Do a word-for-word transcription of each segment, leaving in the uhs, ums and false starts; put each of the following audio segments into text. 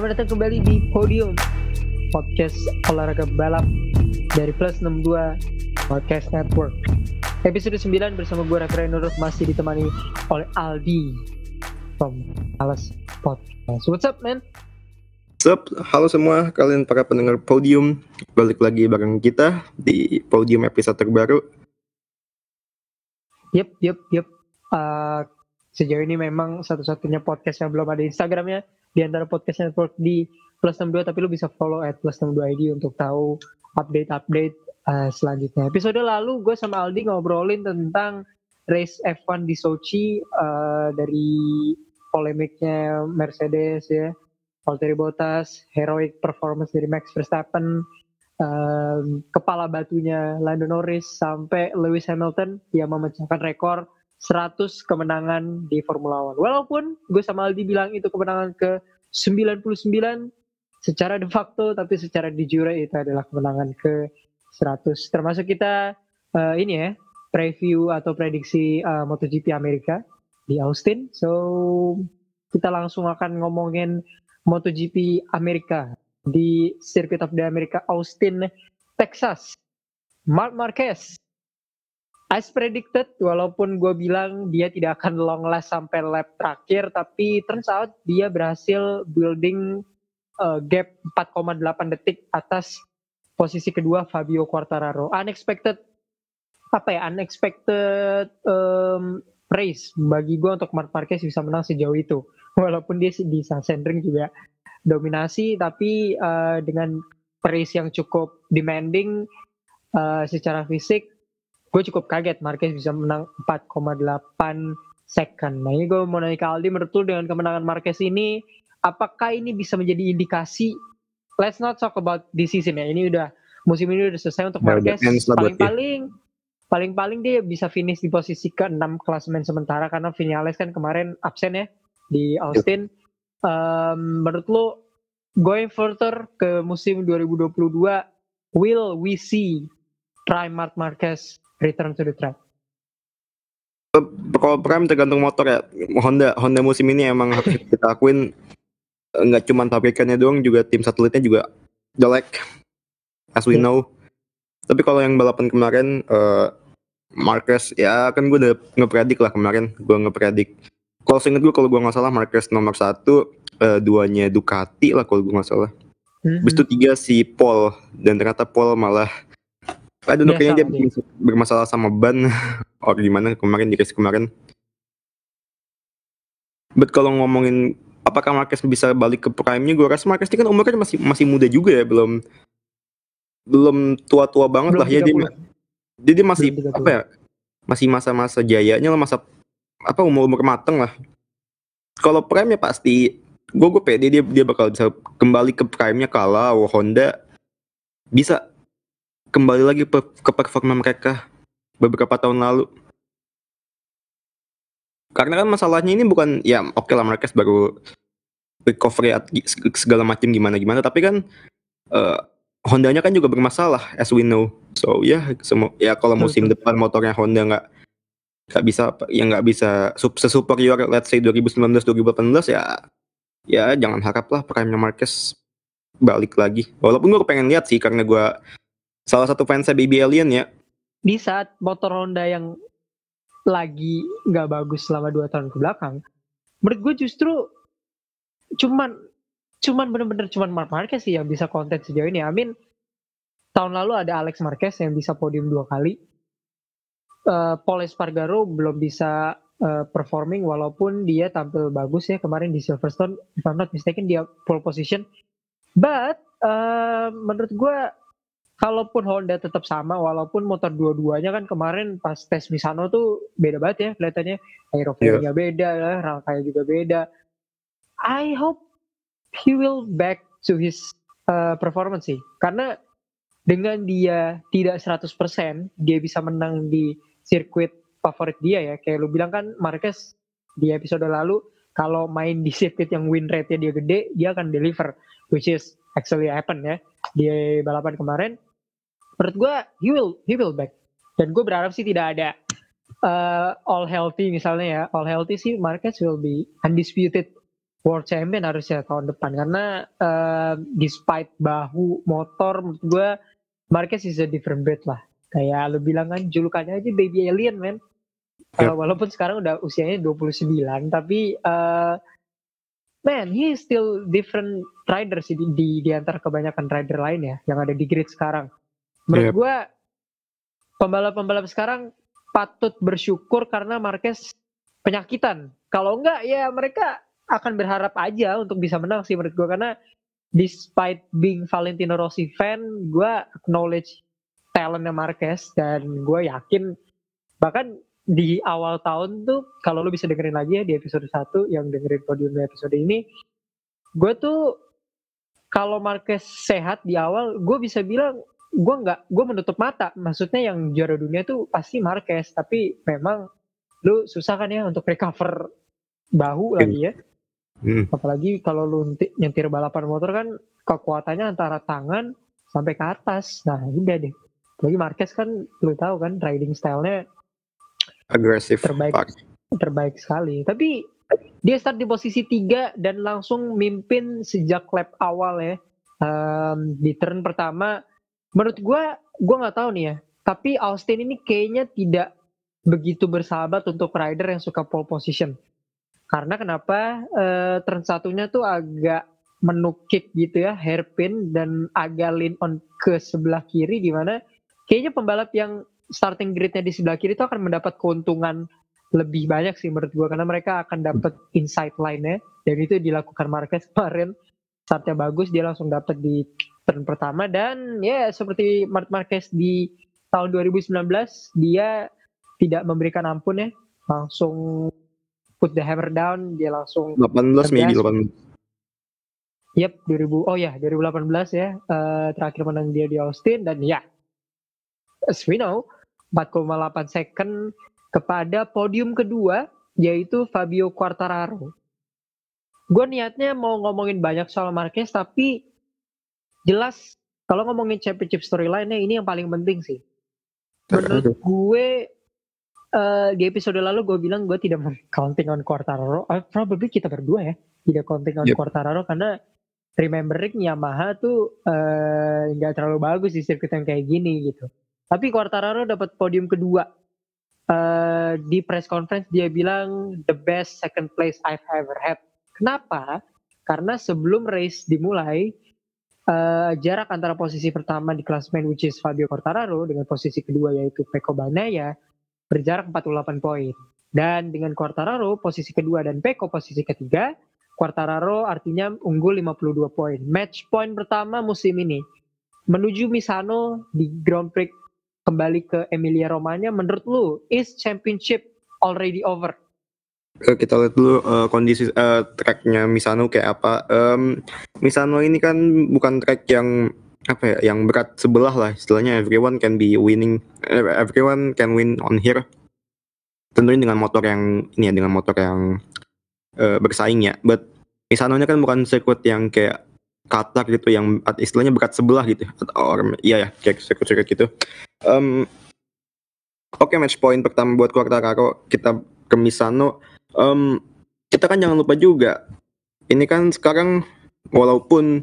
Selamat datang kembali di Podium Podcast olahraga balap dari Plus enam dua Podcast Network. Episode sembilan bersama gue Raffi Nur masih ditemani oleh Aldi from Alas Podcast. What's up, man? What's up? Halo semua kalian para pendengar Podium. Balik lagi bareng kita di Podium episode terbaru. Yep, yep, yep. Uh, sejauh ini memang satu-satunya podcast yang belum ada Instagramnya di antara podcast network di Plus enam dua, tapi lu bisa follow at Plus enam dua I D untuk tahu update-update uh, selanjutnya. Episode lalu gue sama Aldi ngobrolin tentang race F satu di Sochi, uh, dari polemiknya Mercedes ya, Valtteri Bottas, heroic performance dari Max Verstappen, uh, kepala batunya Lando Norris, sampai Lewis Hamilton yang memecahkan rekor seratus kemenangan di Formula One. Walaupun gue sama Aldi bilang itu kemenangan ke sembilan puluh sembilan secara de facto, tapi secara de jure itu adalah kemenangan ke seratus. Termasuk kita uh, ini ya, preview atau prediksi uh, MotoGP Amerika di Austin. So kita langsung akan ngomongin MotoGP Amerika di Circuit of the America Austin, Texas. Marc Marquez, as predicted, walaupun gue bilang dia tidak akan long last sampai lap terakhir, tapi turns out dia berhasil building uh, gap empat koma delapan detik atas posisi kedua Fabio Quartararo. Unexpected, apa ya, unexpected um, race bagi gue untuk Marc Marquez bisa menang sejauh itu. Walaupun dia di Sachsenring juga dominasi, tapi uh, dengan race yang cukup demanding uh, secara fisik, gue cukup kaget Marquez bisa menang empat koma delapan second. Nah ini gue mau nanya ke Aldi, menurut lu dengan kemenangan Marquez ini, apakah ini bisa menjadi indikasi, let's not talk about this season ya, ini udah, musim ini udah selesai untuk Marquez, paling-paling paling-paling dia bisa finish di posisi ke enam klasemen sementara, karena Vinales kan kemarin absen ya di Austin. Um, menurut lu going further ke musim dua ribu dua puluh dua, will we see prime Marc Marquez return to the track? Kalau prime tergantung motor ya. Honda Honda musim ini emang harus kita akuin, nggak cuma pabrikannya doang, juga tim satelitnya juga jelek, as we yeah. know. Tapi kalau yang balapan kemarin, uh, Marquez ya kan gue udah ngepredik lah kemarin. Gue ngepredik, kalau seinget gue, kalau gue nggak salah Marquez nomor satu, uh, duanya Ducati lah kalau gue nggak salah. Mm-hmm. Habis itu tiga si Paul, dan ternyata Paul malah ada yeah, kayaknya dia dia bermasalah sama ban or gimana kemarin di race kemarin. But kalau ngomongin apakah Marquez bisa balik ke prime-nya, gue rasa Marquez ini kan umurnya masih masih muda juga ya, belum belum tua-tua banget belum lah ya dia. Dia, dia masih apa ya? Masih masa-masa jayanya lah, masa apa umur-umur mateng lah. Kalau prime ya pasti gue gue pede dia dia bakal bisa kembali ke prime-nya kalau Honda bisa kembali lagi pe- ke performa mereka beberapa tahun lalu. Karena kan masalahnya ini bukan ya oke okay lah Marquez baru recovery segala macam gimana-gimana, tapi kan uh, Hondanya kan juga bermasalah as we know. So ya yeah, semua ya kalau musim depan motornya Honda nggak nggak bisa ya nggak bisa sesuperior let's say dua ribu sembilan belas dua ribu delapan belas, ya ya jangan harap lah prime-nya Marquez balik lagi. Walaupun gue pengen lihat sih, karena gue salah satu fansnya Baby Alien ya. Di saat motor Honda yang lagi nggak bagus selama dua tahun ke belakang, menurut gue justru cuman cuman bener-bener cuman Marc Marquez sih yang bisa konten sejauh ini. I mean, tahun lalu ada Alex Marquez yang bisa podium dua kali. Uh, Paul Espargaro belum bisa uh, performing walaupun dia tampil bagus ya kemarin di Silverstone. If I'm not mistaken dia pole position. But uh, menurut gue, kalaupun Honda tetap sama, walaupun motor dua-duanya kan kemarin pas tes Misano tuh beda banget ya kelihatannya, aeroflare-nya yeah. beda, rangkainya juga beda. I hope he will back to his uh, performance sih, karena dengan dia tidak seratus persen dia bisa menang di sirkuit favorit dia ya, kayak lu bilang kan Marquez di episode lalu, kalau main di sirkuit yang win rate-nya dia gede, dia akan deliver, which is actually happen ya di balapan kemarin. Menurut gue he will he will back, dan gue berharap sih tidak ada uh, all healthy misalnya ya, all healthy sih Marquez will be undisputed World Champion harusnya tahun depan karena uh, despite bahu motor menurut gue Marquez is a different breed lah. Kayak lu bilang kan julukannya aja baby alien man. Uh, Yep. walaupun sekarang udah usianya dua puluh sembilan tapi uh, man he is still different rider sih di, di, di antara kebanyakan rider lain ya yang ada di grid sekarang. Menurut Yep. gue pembalap-pembalap sekarang patut bersyukur karena Marquez penyakitan. Kalau enggak ya mereka akan berharap aja untuk bisa menang sih menurut gue karena despite being Valentino Rossi fan, gue acknowledge talentnya Marquez dan gue yakin bahkan di awal tahun tuh kalau lu bisa dengerin lagi ya di episode satu yang dengerin podium episode ini, gue tuh kalau Marquez sehat di awal, gue bisa bilang gue nggak, gue menutup mata. Maksudnya yang juara dunia tuh pasti Marquez, tapi memang lu susah kan ya untuk recover bahu lagi ya. Hmm. Apalagi kalau lu nyetir balapan motor kan kekuatannya antara tangan sampai ke atas. Nah udah deh. Apalagi Marquez kan lu tahu kan riding style-nya agresif terbaik Pak. terbaik sekali. Tapi dia start di posisi tiga dan langsung mimpin sejak lap awal ya. Um, di turn pertama menurut gue, gue nggak tahu nih ya. Tapi Austin ini kayaknya tidak begitu bersahabat untuk rider yang suka pole position. Karena kenapa uh, turn satunya tuh agak menukik gitu ya, hairpin dan agak lean on ke sebelah kiri di mana kayaknya pembalap yang starting gridnya di sebelah kiri itu akan mendapat keuntungan lebih banyak sih menurut gue karena mereka akan dapat inside line-nya dan itu dilakukan Marquez kemarin. Startnya bagus, dia langsung dapat di turn pertama dan ya seperti Marc Marquez di tahun dua ribu sembilan belas dia tidak memberikan ampun ya, langsung put the hammer down, dia langsung delapan belas maybe delapan belas. Yep, dua ribu oh ya dua ribu delapan belas ya uh, terakhir menang dia di Austin dan ya as we know empat koma delapan second kepada podium kedua yaitu Fabio Quartararo. Gue niatnya mau ngomongin banyak soal Marquez tapi jelas kalau ngomongin championship storyline-nya ini yang paling penting sih. Menurut gue uh, di episode lalu gue bilang gue tidak counting on Quartararo. Uh, probably kita berdua ya tidak counting on yep. Quartararo karena remembering Yamaha tuh nggak uh, terlalu bagus di sirkuit yang kayak gini gitu. Tapi Quartararo dapat podium kedua. Uh, di press conference dia bilang the best second place I've ever had. Kenapa? Karena sebelum race dimulai uh, jarak antara posisi pertama di klasemen which is Fabio Quartararo dengan posisi kedua yaitu Pecco Bagnaia berjarak empat puluh delapan poin. Dan dengan Quartararo posisi kedua dan Pecco posisi ketiga, Quartararo artinya unggul lima puluh dua poin. Match point pertama musim ini menuju Misano di Grand Prix kembali ke Emilia Romagna. Menurut lu is championship already over? Kita lihat dulu uh, kondisi uh, tracknya Misano kayak apa. Um, Misano ini kan bukan track yang apa ya, yang berat sebelah lah istilahnya. Everyone can be winning, everyone can win on here. Tentunya dengan motor yang ini ya, dengan motor yang uh, bersaing ya. But Misano-nya kan bukan sirkuit yang kayak Qatar gitu, yang istilahnya berat sebelah gitu. Or iya ya, kayak sirkuit-sirkuit gitu. Um, Oke, okay, match point pertama buat Quartararo, kita ke Misano. Um, kita kan jangan lupa juga, ini kan sekarang walaupun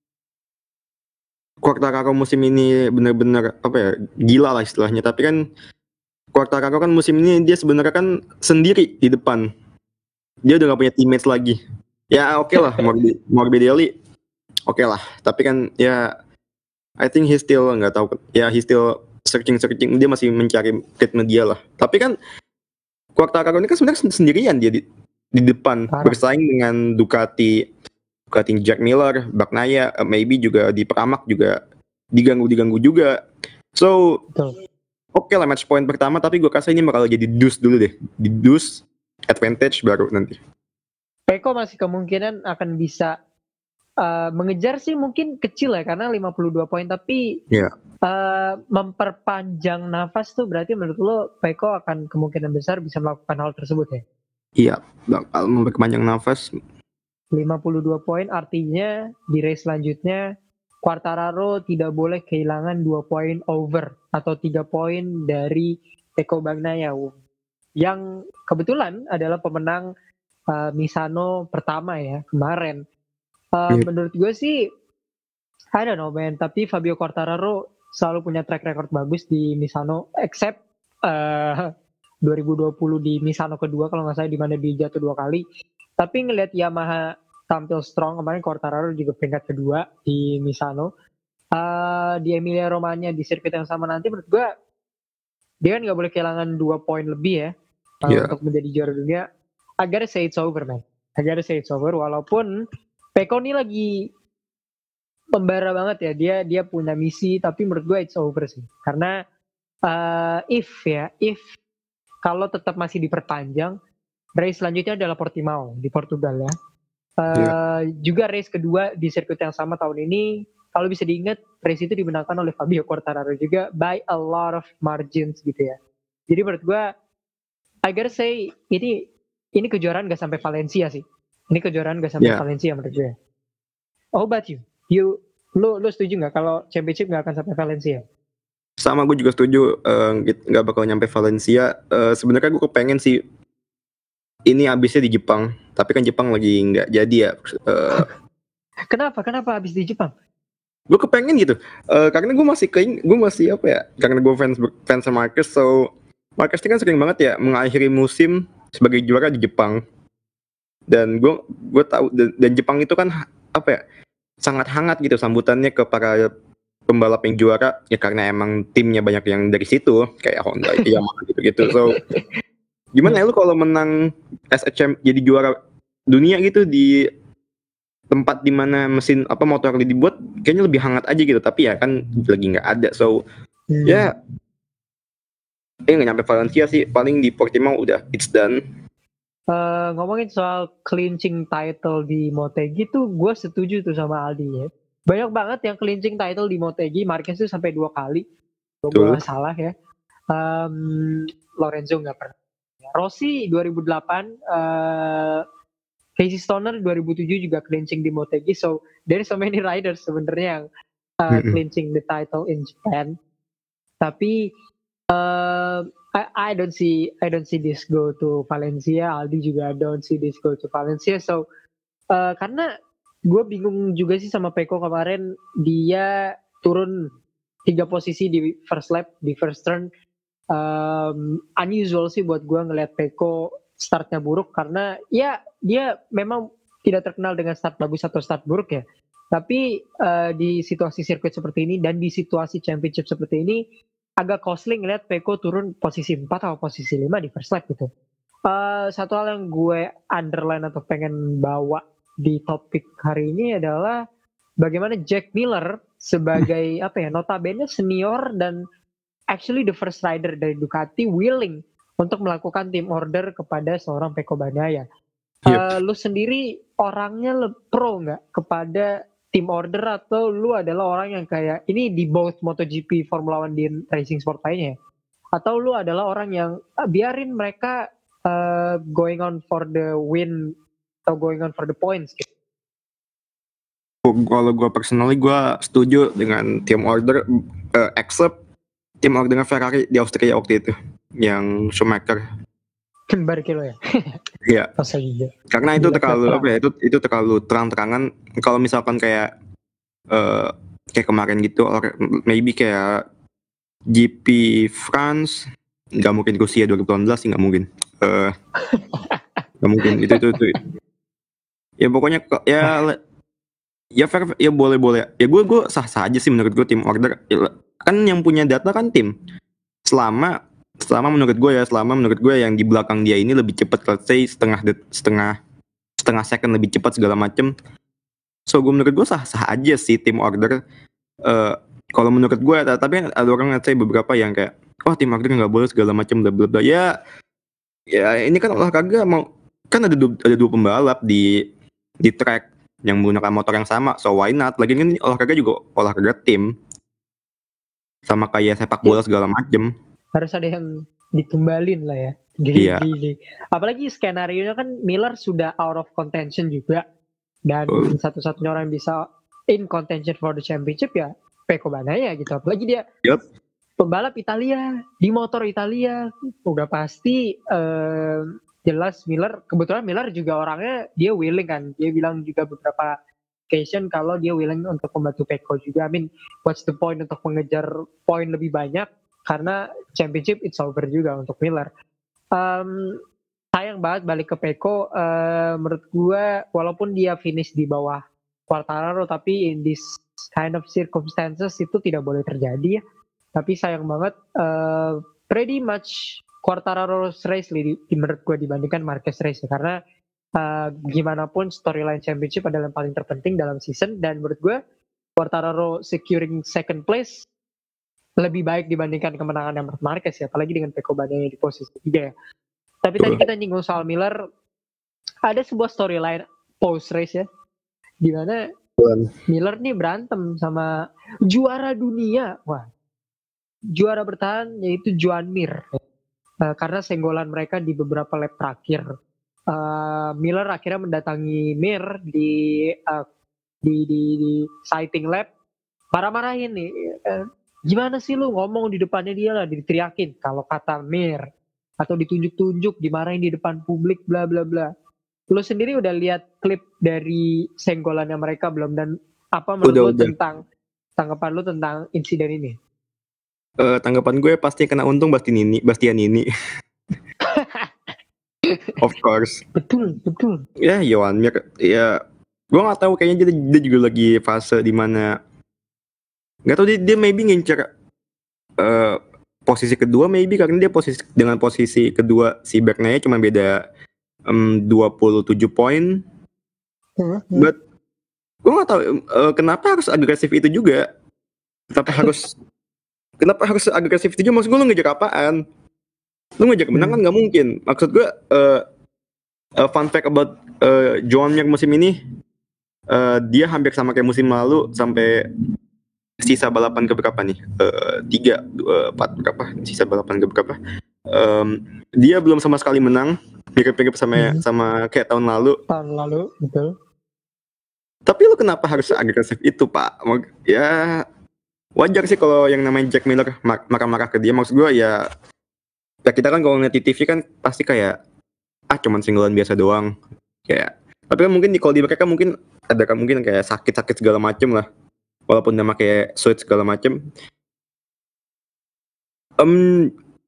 Quartararo musim ini benar-benar apa ya, gila lah istilahnya, tapi kan Quartararo kan musim ini dia sebenarnya kan sendiri di depan. Dia udah gak punya teammates lagi. Ya oke okay lah, Morbi- Morbidelli oke okay lah, tapi kan ya I think he still nggak tahu ya, he still searching-searching, dia masih mencari ritme dia lah. Tapi kan Quartararo ini kan sebenarnya sendirian dia di, di depan. Parah. Bersaing dengan Ducati, Ducati Jack Miller, Bagnaia, maybe juga di Pramac juga diganggu-diganggu juga. So oke okay lah match point pertama, tapi gue rasa ini bakal jadi deuce dulu deh, di deuce advantage baru nanti. Pecco masih kemungkinan akan bisa uh, mengejar sih, mungkin kecil ya karena lima puluh dua poin, tapi yeah. uh, memperpanjang nafas tuh berarti menurut lo Pecco akan kemungkinan besar bisa melakukan hal tersebut ya? Iya, bakal memperpanjang nafas. lima puluh dua poin artinya di race selanjutnya Quartararo tidak boleh kehilangan dua poin over atau tiga poin dari Pecco Bagnaia yang kebetulan adalah pemenang uh, Misano pertama ya kemarin. Uh, Yep. Menurut gue sih, I don't know man, tapi Fabio Quartararo selalu punya track record bagus di Misano, except uh, dua ribu dua puluh di Misano kedua kalau nggak salah, di mana dia jatuh dua kali. Tapi ngelihat Yamaha tampil strong kemarin, Quartararo juga peringkat kedua di Misano. Uh, di Emilia Romagna di sirkuit yang sama nanti, menurut gue dia kan nggak boleh kehilangan dua poin lebih ya uh, Yeah. untuk menjadi juara dunia. I gotta say it's over man. I gotta say it's over. Walaupun Peko ini lagi pembara banget ya, dia dia punya misi, tapi menurut gue it's over sih. Karena uh, if ya, if kalau tetap masih diperpanjang, race selanjutnya adalah Portimao di Portugal ya. Uh, Yeah. Juga race kedua di sirkuit yang sama tahun ini. Kalau bisa diingat, race itu dimenangkan oleh Fabio Quartararo juga by a lot of margins gitu ya. Jadi menurut gue, I gotta say ini ini kejuaraan gak sampai Valencia sih. Ini kejuaraan gak sampai Yeah. Valencia menurut gue. Oh, about you? You lu lu setuju nggak kalau championship nggak akan sampai Valencia? Sama, gue juga setuju uh, nggak bakal nyampe Valencia. Uh, sebenarnya gue kepengen sih ini abisnya di Jepang, tapi kan Jepang lagi nggak jadi ya. Uh, Kenapa? Kenapa habis di Jepang? gue kepengen gitu, uh, karena gue masih keing, gue masih apa ya? Karena gue fans fans Marquez, so Marquez ini kan sering banget ya mengakhiri musim sebagai juara di Jepang. Dan gue gue tahu dan, dan Jepang itu kan apa ya? Sangat hangat gitu sambutannya ke para pembalap yang juara ya, karena emang timnya banyak yang dari situ kayak Honda, Yamaha gitu-gitu. So gimana ya lu kalau menang S H M jadi juara dunia gitu di tempat dimana mesin apa motor dibuat, kayaknya lebih hangat aja gitu. Tapi ya kan lagi nggak ada, so Hmm. ya eh nggak nyampe Valencia sih, paling di Portimao udah it's done. Uh, ngomongin soal clinching title di Motegi tuh, gue setuju tuh sama Aldi ya. Banyak banget yang clinching title di Motegi. Marquez tuh sampai dua kali, kalau gue Betul. nggak salah ya. Um, Lorenzo nggak pernah. Rossi dua ribu delapan, uh, Casey Stoner dua ribu tujuh juga clinching di Motegi. So there so many riders sebenarnya yang uh, Mm-mm. clinching the title in Japan. Tapi uh, I, I don't see I don't see this go to Valencia. Aldi juga don't see this go to Valencia. So uh, karena gue bingung juga sih sama Peko kemarin, dia turun tiga posisi di first lap, di first turn. Um, unusual sih buat gue ngeliat Peko startnya buruk, karena ya dia memang tidak terkenal dengan start bagus atau start buruk ya. Tapi uh, di situasi sirkuit seperti ini dan di situasi championship seperti ini, agak costly ngeliat Peko turun posisi empat atau posisi lima di first lap gitu. Uh, satu hal yang gue underline atau pengen bawa di topik hari ini adalah bagaimana Jack Miller sebagai apa ya, notabene senior dan actually the first rider dari Ducati willing untuk melakukan team order kepada seorang Pecco Bagnaia. Yep. Uh, lu sendiri orangnya le- pro nggak kepada team order, atau lu adalah orang yang kayak ini di both MotoGP, Formula One, di racing sport lainnya? Atau lu adalah orang yang ah, biarin mereka uh, going on for the win atau going on for the points gitu? Kalau gue personally gue setuju dengan team order, uh, except team ordernya Ferrari di Austria waktu itu yang Schumacher. Kembar kilo ya. Iya. Masa iya. Karena itu Gila, terlalu terang. apa ya? Itu itu terlalu terang-terangan. Kalau misalkan kayak uh, kayak kemarin gitu, or maybe kayak G P France, nggak mungkin Rusia dua ribu delapan belas sih, nggak mungkin. Uh, nggak mungkin itu itu itu. Ya pokoknya ya ya fair, ya boleh boleh. Ya gue gue sah sah aja sih menurut gue team order. Ya, kan yang punya data kan tim. Selama selama menurut gue ya selama menurut gue yang di belakang dia ini lebih cepat, let's say setengah det, setengah setengah second lebih cepat segala macem. So gue menurut gue sah sah aja sih team order. Uh, kalau menurut gue, tapi ada orang, let's say beberapa yang kayak, oh team order nggak boleh segala macam bla bla bla. Ya ya ini kan olahraga, mau kan ada dua, ada dua pembalap di di track yang menggunakan motor yang sama, so why not? Lagi kan olahraga juga olahraga tim, sama kayak sepak bola segala macem. Harus ada yang ditumbalin lah ya. Iya. Gini. Apalagi skenario-nya kan Miller sudah out of contention juga, dan Oh. satu-satunya orang yang bisa in contention for the championship ya Pecco Bagnaia gitu. Apalagi dia Yep. pembalap Italia di motor Italia, udah pasti eh, jelas Miller, kebetulan Miller juga orangnya dia willing kan, dia bilang juga beberapa occasion kalau dia willing untuk membantu Peko juga. I mean, what's the point untuk mengejar poin lebih banyak karena championship it's over juga untuk Miller. Um, sayang banget balik ke Peko. Uh, menurut gue walaupun dia finish di bawah Quartararo, tapi in this kind of circumstances itu tidak boleh terjadi ya. Tapi sayang banget, uh, pretty much Quartararo's race di, di menurut gue dibandingkan Marquez race ya. Karena uh, gimana pun storyline championship adalah yang paling terpenting dalam season, dan menurut gue Quartararo securing second place lebih baik dibandingkan kemenangan yang Marquez ya, apalagi dengan Peko Bagnaia di posisi tiga ya. Tapi tadi kita nyinggung soal Miller, ada sebuah storyline post race ya, di mana Miller nih berantem sama juara dunia, wah, juara bertahan yaitu Joan Mir, uh, karena senggolan mereka di beberapa lap terakhir. Uh, Miller akhirnya mendatangi Mir di uh, di, di di sighting lap, marah-marahin nih, uh, gimana sih lu ngomong di depannya dia lah, diteriakin kalau kata Mir, atau ditunjuk-tunjuk, dimarahin di depan publik, bla bla bla. Lu sendiri udah lihat klip dari senggolannya mereka belum, dan apa menurut Udah, lu udah. tentang tanggapan lu tentang insiden ini? Eh, tanggapan gue pasti kena untung Bastianini, Bastianini. Of course. Betul, betul. Ya, Joan Mir, ya gue nggak tahu, kayaknya dia, dia juga lagi fase dimana nggak tahu, dia, dia maybe ngincer uh, posisi kedua, maybe karena dia posisi dengan posisi kedua si Bagnaia cuma beda um, dua puluh tujuh poin. Hmm, hmm. But gue nggak tahu uh, kenapa harus agresif itu juga. Kenapa harus kenapa harus agresif itu juga? Maksud gue, lu ngejar apaan? Lu ngejar kemenangan Hmm. nggak mungkin. Maksud gue, uh, uh, fun fact about uh, Joan Mir musim ini, uh, dia hampir sama kayak musim lalu sampai sisa balapan ke berapa nih? Uh, tiga, dua, empat berapa? Sisa balapan ke berapa? Um, dia belum sama sekali menang, mirip-mirip sama Hmm. sama kayak tahun lalu. Tahun lalu, betul. Tapi lu kenapa harus agresif itu, Pak? Ya wajar sih kalau yang namanya Jack Miller marah-marah ke dia. Maksud gue ya, ya kita kan kalau ngeliat di T V kan pasti kayak ah cuman singgolan biasa doang. Kayak, tapi kan mungkin di kalau di mereka mungkin ada kan mungkin kayak sakit-sakit segala macem lah. Walaupun dia pakai suit segala macem. Um,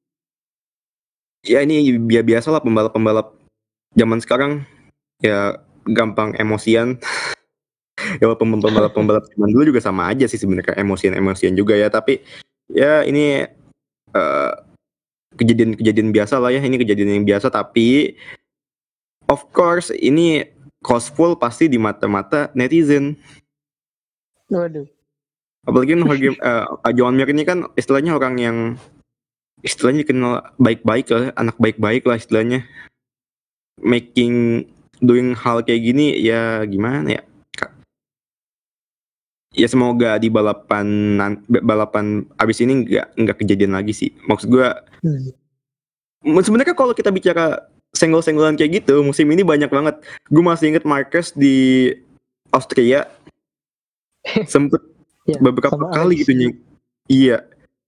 ya ini biasa biasa lah, pembalap-pembalap zaman sekarang ya gampang emosian. Ya walaupun pembalap-pembalap zaman dulu juga sama aja sih sebenarnya, emosian-emosian juga ya. Tapi ya ini uh, kejadian-kejadian biasa lah ya. Ini kejadian yang biasa, tapi of course ini costful pasti di mata-mata netizen. Waduh. Apalagi kan uh, Joan Mir ini kan istilahnya orang yang istilahnya dikenal baik-baik lah, anak baik-baik lah istilahnya. Making doing hal kayak gini ya gimana ya? Ya semoga di balapan balapan abis ini nggak nggak kejadian lagi sih. Maksud gue, hmm. sebenarnya kalau kita bicara senggol-senggolan kayak gitu musim ini banyak banget. Gue masih inget Marquez di Austria sempet ya, beberapa kali gitu nih. Iya.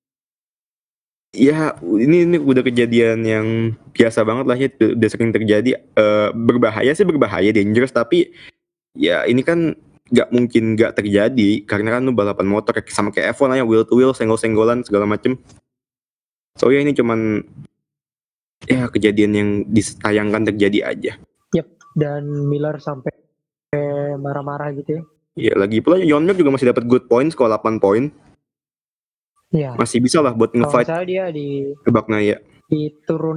Ya ini ini udah kejadian yang biasa banget lah ya, udah sering terjadi. Uh, berbahaya sih berbahaya, dangerous, tapi ya ini kan nggak mungkin nggak terjadi karena kan lu balapan motor sama kayak F satu aja, wheel to wheel, senggol-senggolan segala macem. So ya ini cuman ya kejadian yang disayangkan terjadi aja. Yep, dan Miller sampai marah-marah gitu ya. Iya, lagi pula Joan Mir juga masih dapat good points, kalau delapan poin. Iya. Masih bisa lah buat nge-fight. Kalau dia di ke Bagnaia. Diturun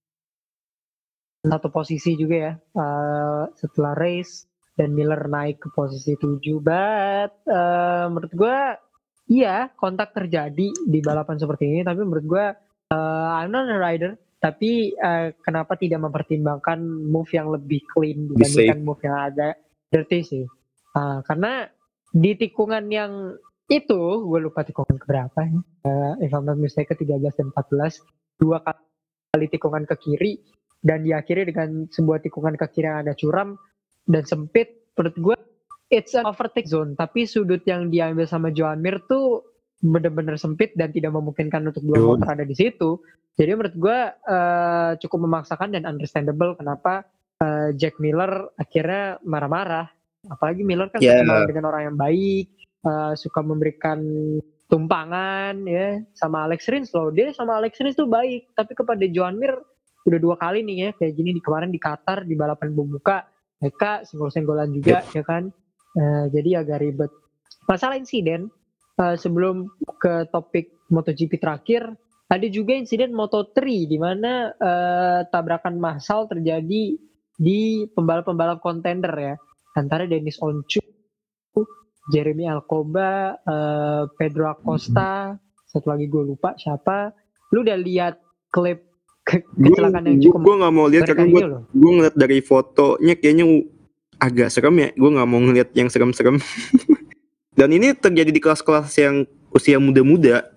satu posisi juga ya uh, setelah race, dan Miller naik ke posisi tujuh. But uh, menurut gue iya kontak terjadi di balapan seperti ini, tapi menurut gue uh, I'm not a rider, tapi uh, kenapa tidak mempertimbangkan move yang lebih clean dibandingkan move yang agak dirty sih. Uh, karena di tikungan yang itu, gue lupa tikungan keberapa ya, uh, if I'm not mistaken tiga belas dan empat belas, dua kali tikungan ke kiri dan diakhiri dengan sebuah tikungan ke kiri yang ada curam dan sempit. Menurut gue it's an overtake zone, tapi sudut yang diambil sama Joan Mir tuh benar-benar sempit dan tidak memungkinkan untuk dua Betul. motor ada di situ. Jadi menurut gue uh, cukup memaksakan dan understandable kenapa uh, Jack Miller akhirnya marah-marah. Apalagi Miller kan Ya, terkenal dengan orang yang baik, uh, suka memberikan tumpangan ya sama Alex Rins loh. Dia sama Alex Rins tuh baik, tapi kepada Joan Mir udah dua kali nih ya kayak gini di kemarin di Qatar di balapan pembuka mereka senggol-senggolan juga Yep. ya kan. Uh, jadi agak ribet. Masalah insiden uh, sebelum ke topik MotoGP terakhir, ada juga insiden Moto tiga di mana uh, tabrakan massal terjadi di pembalap-pembalap kontender ya antara Dennis Oncu, Jeremy Alcoba, uh, Pedro Acosta, satu lagi gue lupa siapa. Lu udah lihat klip ke- gue kecelakaan yang gue cukup gue nggak mau lihat karena mengerikan gue ini loh? gue ngeliat dari fotonya kayaknya agak serem ya. Gue nggak mau ngeliat yang serem-serem. Dan ini terjadi di kelas-kelas yang usia muda-muda.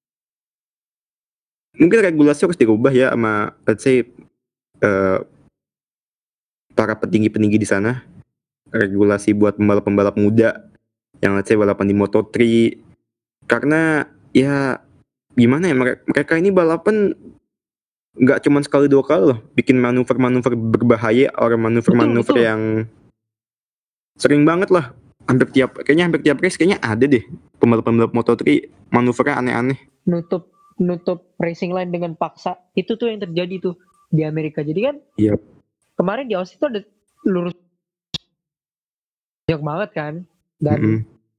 Mungkin regulasi harus dirubah ya sama let's say uh, para petinggi-petinggi di sana. Regulasi buat pembalap-pembalap muda yang let's say balapan di Moto tiga. Karena ya gimana ya, mereka, mereka ini balapan nggak cuma sekali dua kali loh bikin manuver-manuver berbahaya, orang manuver-manuver Betul, betul. yang sering banget lah. Hampir tiap kayaknya hampir tiap race kayaknya ada deh pembalap-pembalap Moto tiga manuvernya aneh-aneh. Nutup nutup racing line dengan paksa. Itu tuh yang terjadi tuh di Amerika. Jadi kan Iya. kemarin di Austin tuh ada lurus banyak banget kan. Dan Mm-mm.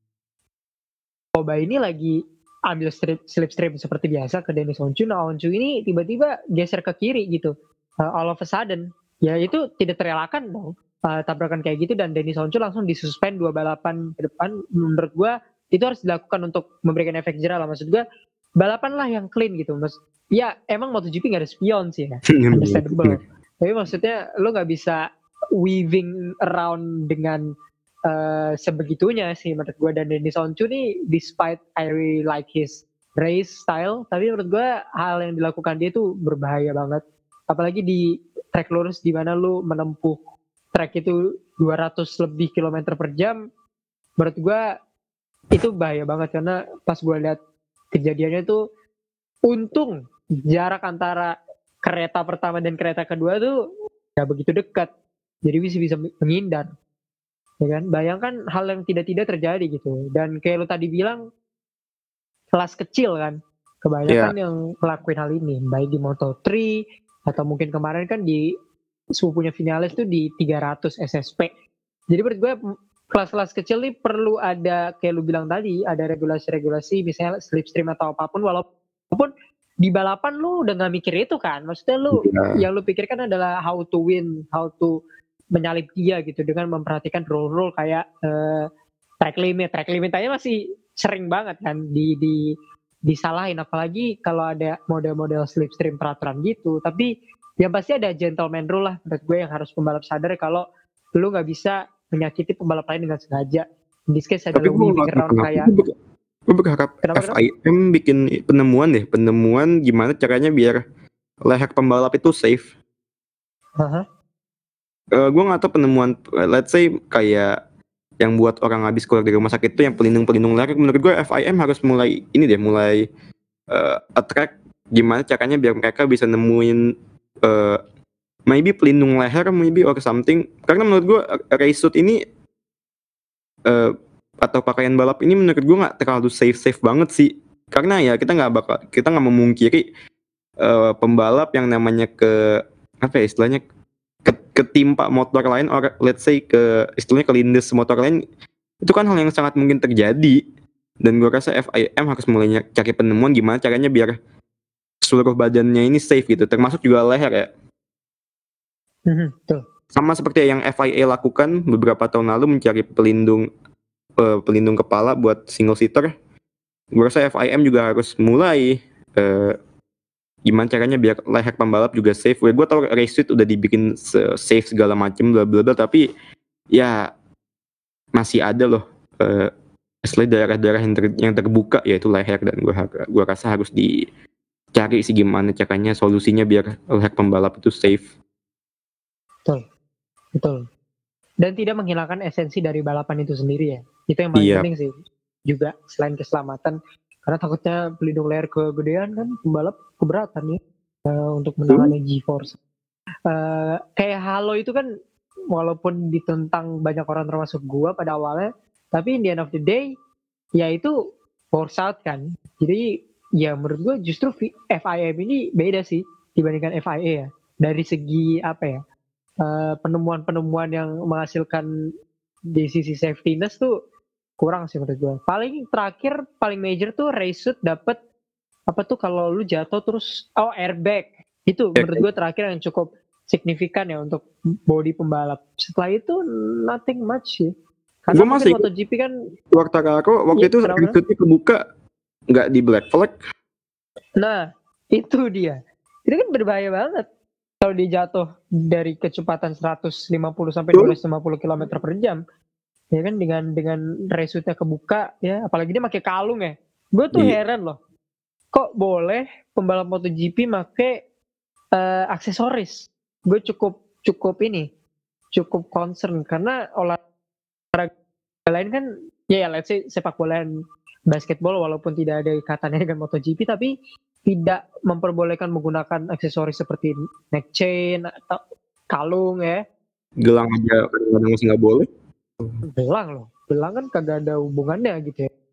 Koba ini lagi ambil strip, slipstream seperti biasa ke Dennis Oncu. Nah Oncu ini tiba-tiba geser ke kiri gitu. Uh, all of a sudden. Ya itu tidak terelakkan dong. Uh, tabrakan kayak gitu dan Dennis Oncu langsung disuspend dua balapan ke depan. Menurut gua itu harus dilakukan untuk memberikan efek jerah lah. Maksud gua balapan lah yang clean gitu. Mas, ya emang MotoGP gak ada spion sih ya. Understandable. Tapi maksudnya lo gak bisa weaving around dengan uh, sebegitunya sih menurut gue. Dan Dennis Oncu nih despite I really like his race style, tapi menurut gue hal yang dilakukan dia tuh berbahaya banget. Apalagi di track lurus di mana lu menempuh track itu dua ratus lebih kilometer per jam, menurut gue itu bahaya banget. Karena pas gue lihat kejadiannya tuh untung jarak antara kereta pertama dan kereta kedua tuh gak begitu dekat, jadi bisa bisa menghindar ya kan. Bayangkan hal yang tidak-tidak terjadi gitu. Dan kayak lo tadi bilang kelas kecil kan kebanyakan Ya. yang ngelakuin hal ini, baik di Moto tiga atau mungkin kemarin kan di sepupunya finalis tuh di tiga ratus S S P. Jadi menurut gue kelas-kelas kecil nih perlu ada kayak lu bilang tadi, ada regulasi-regulasi misalnya slipstream atau apapun. Walaupun di balapan lu udah gak mikir itu kan, maksudnya lu Ya. yang lu pikirkan adalah how to win, how to menyalip dia gitu dengan memperhatikan rule-rule kayak uh, track limit. Track limit aja masih sering banget kan di di disalahin, apalagi kalau ada model-model slipstream peraturan gitu. Tapi yang pasti ada gentleman rule lah menurut gue yang harus pembalap sadar kalau lu nggak bisa menyakiti pembalap lain dengan sengaja. In this case Tapi adalah gue weaving nggak tahu around kenapa kayak gue ber- gue berharap kenapa F kenapa? I M bikin penemuan deh, penemuan gimana caranya biar leher pembalap itu safe. Haha. Uh, gue nggak tahu penemuan, let's say kayak yang buat orang habis keluar dari rumah sakit itu yang pelindung-pelindung leher. Menurut gue F I M harus mulai ini deh, mulai uh, attract gimana caranya biar mereka bisa nemuin uh, maybe pelindung leher, maybe or something. Karena menurut gue race suit ini uh, atau pakaian balap ini menurut gue nggak terlalu safe safe banget sih. Karena ya kita nggak bakal kita nggak memungkiri uh, pembalap yang namanya ke apa ya istilahnya ke, ketimpa motor lain, or let's say ke istilahnya kelindes motor lain, itu kan hal yang sangat mungkin terjadi. Dan gue rasa F I M harus mulai cari penemuan gimana caranya biar seluruh badannya ini safe gitu, termasuk juga leher ya. Hmm, betul. Sama seperti yang F I A lakukan beberapa tahun lalu mencari pelindung uh, pelindung kepala buat single seater. Gue rasa F I M juga harus mulai uh, gimana caranya biar leher pembalap juga safe. Gue tau race suit udah dibikin safe segala macem bla bla bla, tapi ya masih ada loh uh, daerah-daerah yang, ter, yang terbuka yaitu leher. Dan gue gue rasa harus dicari sih gimana caranya solusinya biar leher pembalap itu safe. Betul, betul. Dan tidak menghilangkan esensi dari balapan itu sendiri ya. Itu yang paling Iya. penting sih. Juga selain keselamatan, karena takutnya pelindung layar kegedean kan pembalap keberatan ya uh, untuk menangani G-force. Uh, kayak Halo itu kan walaupun ditentang banyak orang termasuk gua pada awalnya, tapi in the end of the day ya itu force out kan. Jadi ya menurut gua justru F I M ini beda sih dibandingkan F I A ya. Dari segi apa ya? Uh, penemuan-penemuan yang menghasilkan di sisi safetyness tuh kurang sih menurut gue. Paling terakhir paling major tuh race suit dapat apa tuh kalau lu jatuh terus oh airbag. Itu menurut gue terakhir yang cukup signifikan ya untuk body pembalap. Setelah itu nothing much sih. Karena Gua masih MotoGP kan waktu aku waktu ya, itu race suitnya kebuka nggak di black flag. Nah, itu dia. Itu kan berbahaya banget. Kalau dia jatuh dari kecepatan seratus lima puluh sampai dua ratus lima puluh kilometer per jam. Ya kan dengan dengan resutnya kebuka ya, apalagi dia pakai kalung ya. Gue tuh Iya. heran loh. Kok boleh pembalap MotoGP make uh, aksesoris? Gue cukup cukup ini, cukup concern karena olahraga lain kan ya, ya let's say sepak bola dan basketball walaupun tidak ada ikatannya dengan MotoGP tapi tidak memperbolehkan menggunakan aksesoris seperti neck chain atau kalung ya. Gelang aja kadang-kadang masih nggak boleh. Gelang loh, gelang kan kagak ada hubungannya gitu ya.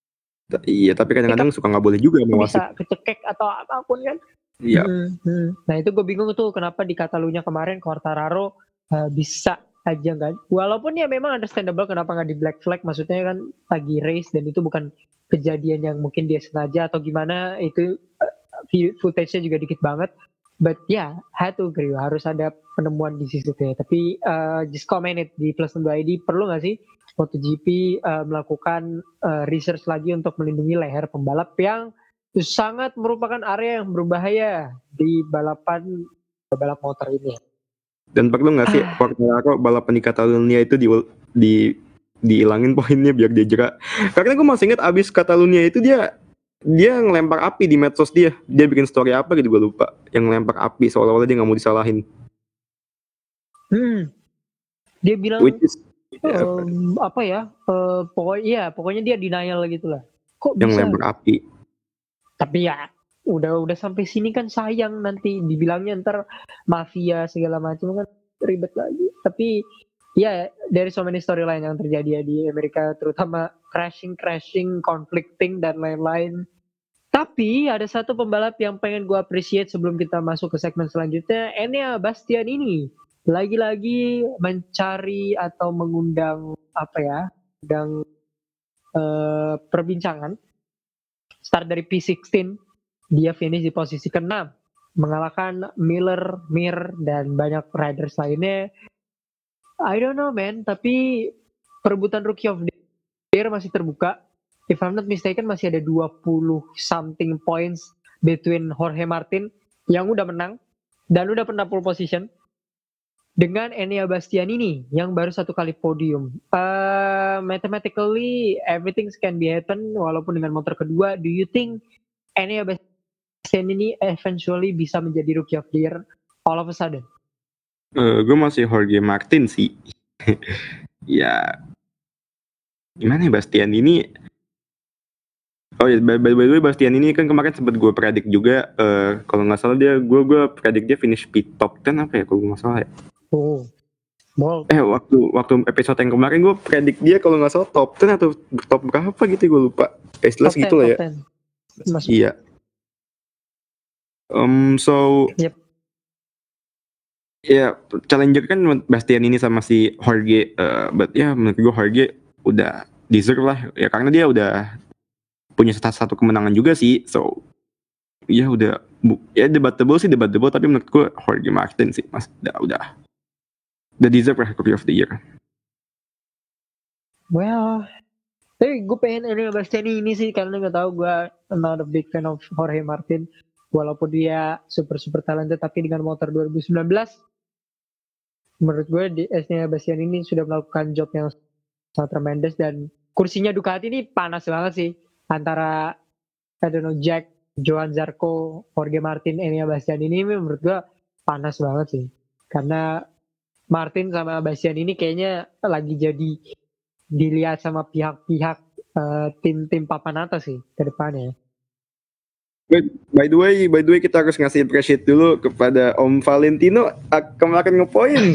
Iya, tapi kadang-kadang suka nggak boleh juga mau bisa kecekek atau apapun kan. Iya. Hmm, hmm. Nah itu gue bingung tuh kenapa di Catalunya kemarin Quartararo uh, bisa aja nggak. Walaupun ya memang understandable kenapa nggak di black flag, maksudnya kan lagi race dan itu bukan kejadian yang mungkin dia sengaja atau gimana, itu uh, footage-nya juga dikit banget. But ya, yeah, had to agree harus ada penemuan di situ ya. Tapi uh, just comment it di Plus enam I D, perlu nggak sih MotoGP uh, melakukan uh, research lagi untuk melindungi leher pembalap yang sangat merupakan area yang berbahaya di balapan balap motor ini. Dan perlu nggak sih Quartararo balapan di Catalunya itu di di dihilangin poinnya biar dia jerak? Karena gue masih ingat abis Catalunya itu dia dia ngelempar api di medsos dia. Dia bikin story apa gitu gue lupa. Yang ngelempar api seolah-olah dia nggak mau disalahin. Hmm. Dia bilang Which is, um, apa ya? Uh, pokoknya ya, pokoknya dia denial gitu lah. Kok yang bisa? ngelempar api. Tapi ya udah udah sampai sini kan sayang nanti dibilangnya ntar mafia segala macam kan ribet lagi. Tapi ya dari so many storyline yang terjadi ya di Amerika, terutama crashing crashing, conflicting dan lain-lain. Tapi ada satu pembalap yang pengen gue appreciate sebelum kita masuk ke segmen selanjutnya, Enea Bastian ini lagi-lagi mencari atau mengundang apa ya, mengundang uh, perbincangan. Start dari P enam belas, dia finish di posisi keenam, mengalahkan Miller, Mir, dan banyak riders lainnya. I don't know man, tapi perebutan Rookie of the Year masih terbuka. If I'm not mistaken masih ada dua puluh something points between Jorge Martin yang udah menang dan udah pernah pole position dengan Enea Bastianini yang baru satu kali podium. Uh, mathematically everything can be happen walaupun dengan motor kedua. Do you think Enea Bastianini eventually bisa menjadi Rookie of the Year all of a sudden? Uh, gue masih Jorge Martin sih. Ya gimana ya Bastian ini. Oh ya, by, by the way Bastian ini kan kemarin sempat gue predik juga, uh, kalau nggak salah dia, gue gue predik dia finish pit top sepuluh apa ya kalau nggak salah ya. Oh, bold. Eh waktu waktu episode yang kemarin gue predik dia kalau nggak salah top sepuluh atau top berapa gitu gue lupa. Eh jelas gitu lah ya. Iya. Um, so. Yep. Ya, challenger kan Bastian ini sama si Jorge, uh, but ya menurut gue Jorge udah deserve lah ya karena dia udah punya satu kemenangan juga sih, so ya udah bu, ya debatable sih debatable tapi menurut gue Jorge Martin sih mas udah udah udah deserve lah Rookie of the Year. Well, tapi gue pengen Enea Bastian ini sih karena nggak tahu, gue not a big fan of Jorge Martin walaupun dia super super talented, tapi dengan motor dua ribu sembilan belas menurut gue di Enea Bastian ini sudah melakukan job yang sangat tremendous dan kursinya Ducati ini panas banget sih antara I don't know Jack, Johan Zarco, Jorge Martin, Enea Bastian ini menurut gue panas banget sih karena Martin sama Bastian ini kayaknya lagi jadi dilihat sama pihak-pihak uh, tim-tim papan atas sih ke depannya. By, by the way, by the way kita harus ngasih appreciate dulu kepada Om Valentino kemarin ngepoin.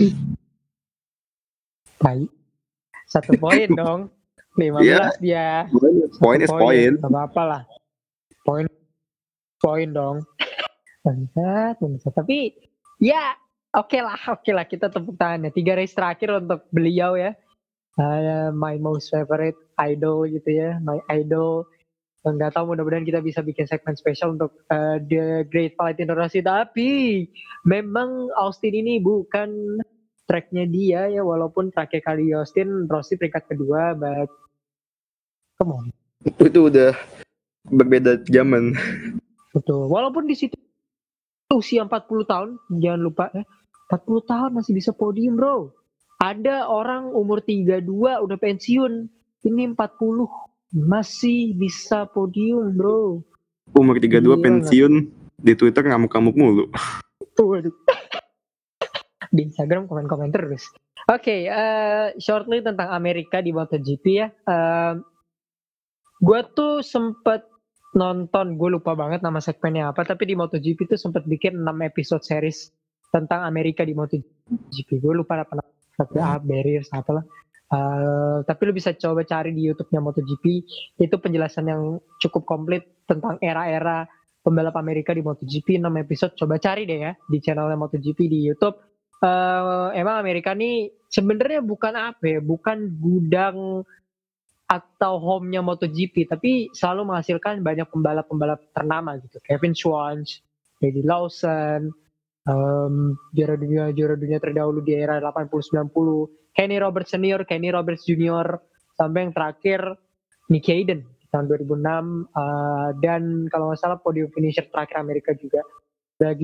Baik. Satu poin dong. lima belas yeah. dia. Poin is poin. Gak apa-apa lah. Poin poin dong. Bangsat, bangsat. Tapi ya oke okay lah, oke okay lah kita tepuk tangan ya. Tiga race terakhir untuk beliau ya. Uh, my most favorite idol gitu ya. My idol. Nggak tahu, mudah-mudahan kita bisa bikin segmen spesial untuk uh, The Great Valentino Rossi. Tapi memang Austin ini bukan tracknya dia ya, walaupun terakhir kali Austin Rossi peringkat kedua, but come on. Itu udah berbeda zaman. Betul. Walaupun di situ usia empat puluh tahun, jangan lupa ya. empat puluh tahun masih bisa podium, bro. Ada orang umur tiga puluh dua udah pensiun. Ini empat puluh masih bisa podium, bro. Umur tiga puluh dua pensiun gak? Di Twitter ngamuk-ngamuk mulu. Waduh. Di Instagram komen-komen terus. Oke, okay, uh, shortly tentang Amerika di MotoGP ya. Uh, gue tuh sempet nonton, gue lupa banget nama segmennya apa, tapi di MotoGP tuh sempet bikin enam episode series tentang Amerika di MotoGP. Gue lupa apa namanya, barriers apalah. Uh, tapi lu bisa coba cari di YouTube-nya MotoGP, itu penjelasan yang cukup komplit tentang era-era pembalap Amerika di MotoGP, enam episode, coba cari deh ya di channelnya MotoGP di YouTube. Uh, emang Amerika nih sebenarnya bukan apa ya, bukan gudang atau home-nya MotoGP, tapi selalu menghasilkan banyak pembalap-pembalap ternama gitu. Kevin Schwantz, Eddie Lawson, um, juara dunia juara dunia terdahulu di era delapan puluh sembilan puluh, Kenny Roberts senior, Kenny Roberts junior, sampai yang terakhir Nicky Hayden tahun dua ribu enam, uh, dan kalau nggak salah podium finisher terakhir Amerika juga lagi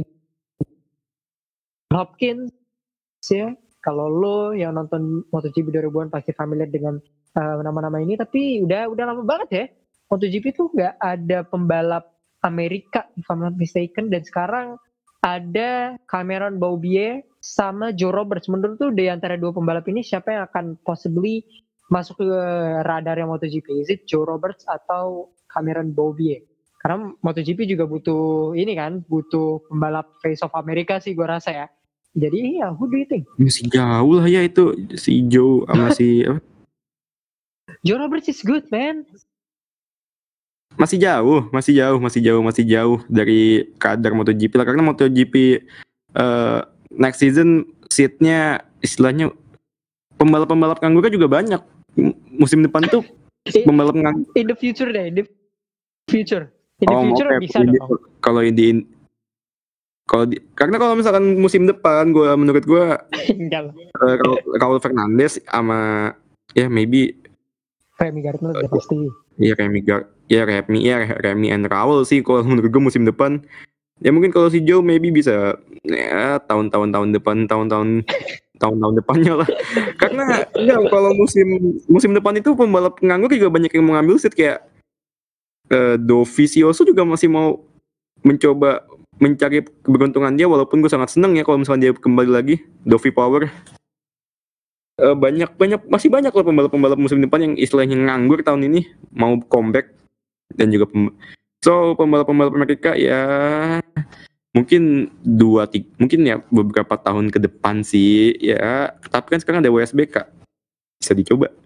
Hopkins ya. Kalau lo yang nonton MotoGP dua ribuan pasti familiar dengan uh, nama-nama ini, tapi udah udah lama banget ya MotoGP tuh nggak ada pembalap Amerika if I'm not mistaken, dan sekarang ada Cameron Beaubier sama Joe Roberts. Menurut tuh di antara dua pembalap ini siapa yang akan possibly masuk ke radarnya MotoGP? Is it Joe Roberts atau Cameron Beaubier? Karena MotoGP juga butuh ini kan, butuh pembalap face of Amerika sih gue rasa ya. Jadi iya, who do you think? Masih jauh lah ya itu si Joe sama si apa? Joe Roberts is good, man. Masih jauh, masih jauh, masih jauh, masih jauh dari kadar MotoGP lah. Karena MotoGP uh, next season seatnya istilahnya pembalap-pembalap nganggur juga banyak. Musim depan tuh pembalap nganggur. In the future deh, in the future. In the oh, future okay. bisa dong. Kalau di kalau di, karena kalau misalkan musim depan gue menurut gue uh, kalau Raul Fernandez sama ya maybe Remy Gardner udah pasti. Iya Remy Gar, ya Remy, ya Remy and Raul sih kalau menurut gue musim depan. Ya mungkin kalau si Joe maybe bisa ya tahun-tahun tahun depan, tahun-tahun tahun-tahun depannya lah. Karena ya kalau musim musim depan itu pembalap penganggur juga banyak yang mau ngambil seat kayak uh, Dovizioso juga masih mau mencoba mencari keberuntungan dia, walaupun gue sangat seneng ya kalau misalnya dia kembali lagi Dovi Power. Uh, banyak banyak masih banyak loh pembalap-pembalap musim depan yang istilahnya nganggur tahun ini mau comeback, dan juga pem- so pembalap-pembalap Amerika ya mungkin dua tiga, mungkin ya beberapa tahun ke depan sih ya, tapi kan sekarang ada W S B K bisa dicoba.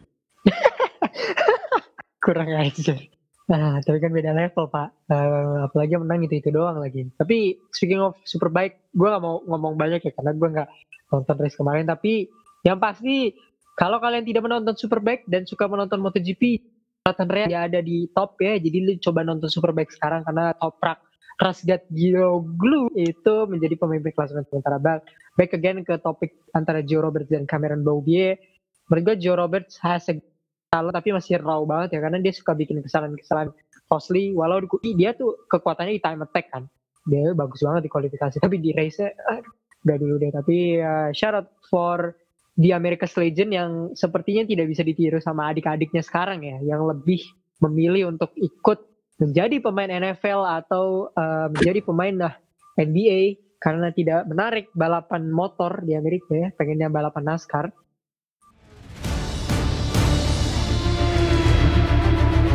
Kurang aja. Nah, tapi kan beda level, Pak. Uh, apalagi menang itu-itu doang lagi. Tapi speaking of Superbike, gue gak mau ngomong banyak ya, karena gue gak nonton race kemarin. Tapi yang pasti, kalau kalian tidak menonton Superbike dan suka menonton MotoGP, Nathan Rea dia ada di top ya. Jadi lu coba nonton Superbike sekarang, karena Toprak Razgat Giroglou itu menjadi pemimpin klasemen sementara. Back again ke topik antara Joe Roberts dan Cameron Beaubier. Menurut gue Joe Roberts has a talent, tapi masih raw banget ya, karena dia suka bikin kesalahan-kesalahan costly. Walau dia tuh kekuatannya di time attack kan, dia bagus banget di kualifikasi, tapi di race-nya aduh, udah dulu deh. Tapi uh, shout out for the America's Legend yang sepertinya tidak bisa ditiru sama adik-adiknya sekarang ya, yang lebih memilih untuk ikut menjadi pemain N F L atau uh, menjadi pemain nah, N B A, karena tidak menarik balapan motor di Amerika ya, pengennya balapan NASCAR.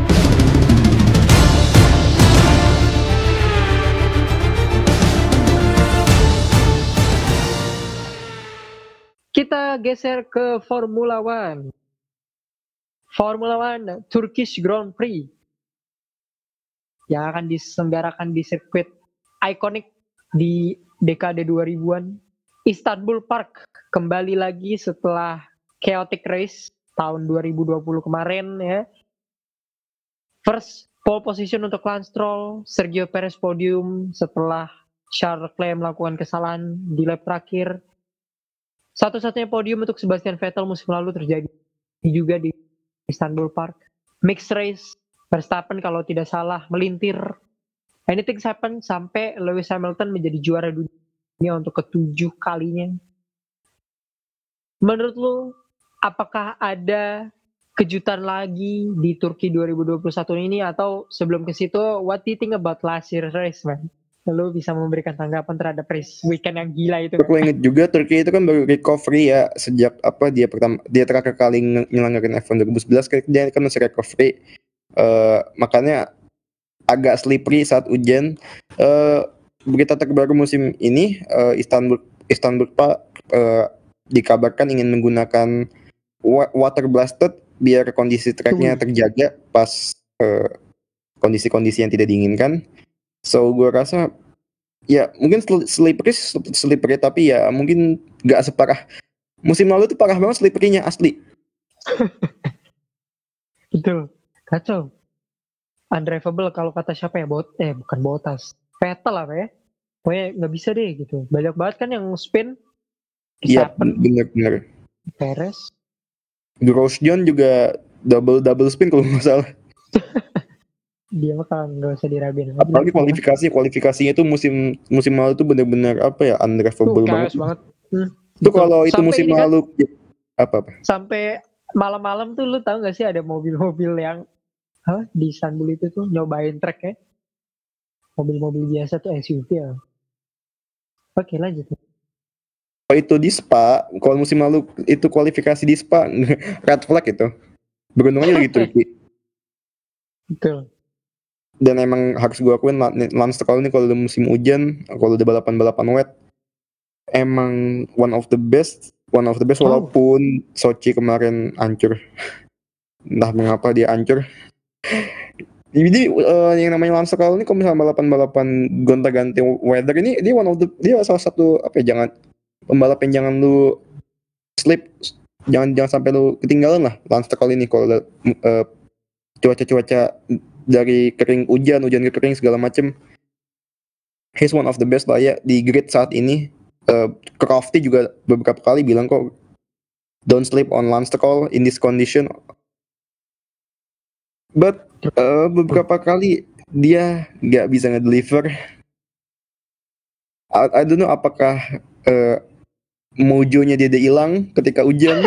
geser ke Formula One. Formula One Turkish Grand Prix yang akan diselenggarakan di sirkuit ikonik di dekade dua ribuan. Istanbul Park kembali lagi setelah chaotic race tahun dua ribu dua puluh kemarin ya. First pole position untuk Lance Stroll, Sergio Perez podium setelah Charles Leclerc melakukan kesalahan di lap terakhir. Satu-satunya podium untuk Sebastian Vettel musim lalu terjadi juga di Istanbul Park. Mixed race, Verstappen kalau tidak salah melintir. Anything happen sampai Lewis Hamilton menjadi juara dunia untuk ketujuh kalinya. Menurut lu, apakah ada kejutan lagi di Turki dua ribu dua puluh satu ini, atau sebelum ke situ, what do you think about last year race, man? Lu bisa memberikan tanggapan terhadap race weekend yang gila itu. Aku inget juga Turki itu kan baru recovery ya sejak apa dia pertama dia terakhir kali nyelenggarin F satu dua ribu sebelas, kayak dia kan masih recovery, uh, makanya agak slippery saat hujan. Uh, berita terbaru musim ini, uh, Istanbul Istanbul Pak uh, dikabarkan ingin menggunakan water blasted biar kondisi tracknya terjaga pas uh, kondisi-kondisi yang tidak diinginkan. So gue rasa ya mungkin slippery slippery tapi ya mungkin gak separah musim lalu tuh. Parah banget slippery-nya asli. Betul, kacau. Undrivable kalau kata siapa ya, bot eh bukan Bottas, Vettel apa ya, pokoknya nggak bisa deh gitu. Banyak banget kan yang spin. Iya bener-bener. Perez, Grosjean juga double double spin kalau nggak salah. Dia mah kalau nggak usah diraguin. Apalagi kualifikasi kualifikasinya itu musim musim lalu tuh bener-bener apa ya, undrivable banget. banget. Hmm, itu kalau itu musim lalu kan, apa apa. Sampai malam-malam tuh lu tahu nggak sih ada mobil-mobil yang huh, di Istanbul itu tuh nyobain track ya. Mobil-mobil biasa tuh S U V ya. Oke lanjut. Oh itu di Spa, kalau musim lalu itu kualifikasi di Spa, red flag itu. Beruntung aja gitu. Betul. Dan emang harus gue akuin Lance Stroll ini kalau udah musim hujan, kalau udah balapan-balapan wet, emang one of the best, one of the best walaupun oh. Sochi kemarin hancur. Entah mengapa dia hancur. Jadi uh, yang namanya Lance Stroll ini kalau misalnya balapan-balapan gonta-ganti weather ini, dia one of the, dia salah satu apa ya, jangan pembalap yang jangan lu slip, jangan jangan sampai lu ketinggalan lah Lance Stroll ini kalau uh, cuaca-cuaca dari kering hujan, hujan ke kering segala macem. He's one of the best lah ya di grid saat ini. Uh, Crofty juga beberapa kali bilang kok, don't sleep on Lance Stroll in this condition. But uh, beberapa kali dia nggak bisa ngedeliver. I, I don't know apakah uh, mojonya dia udah hilang ketika hujan.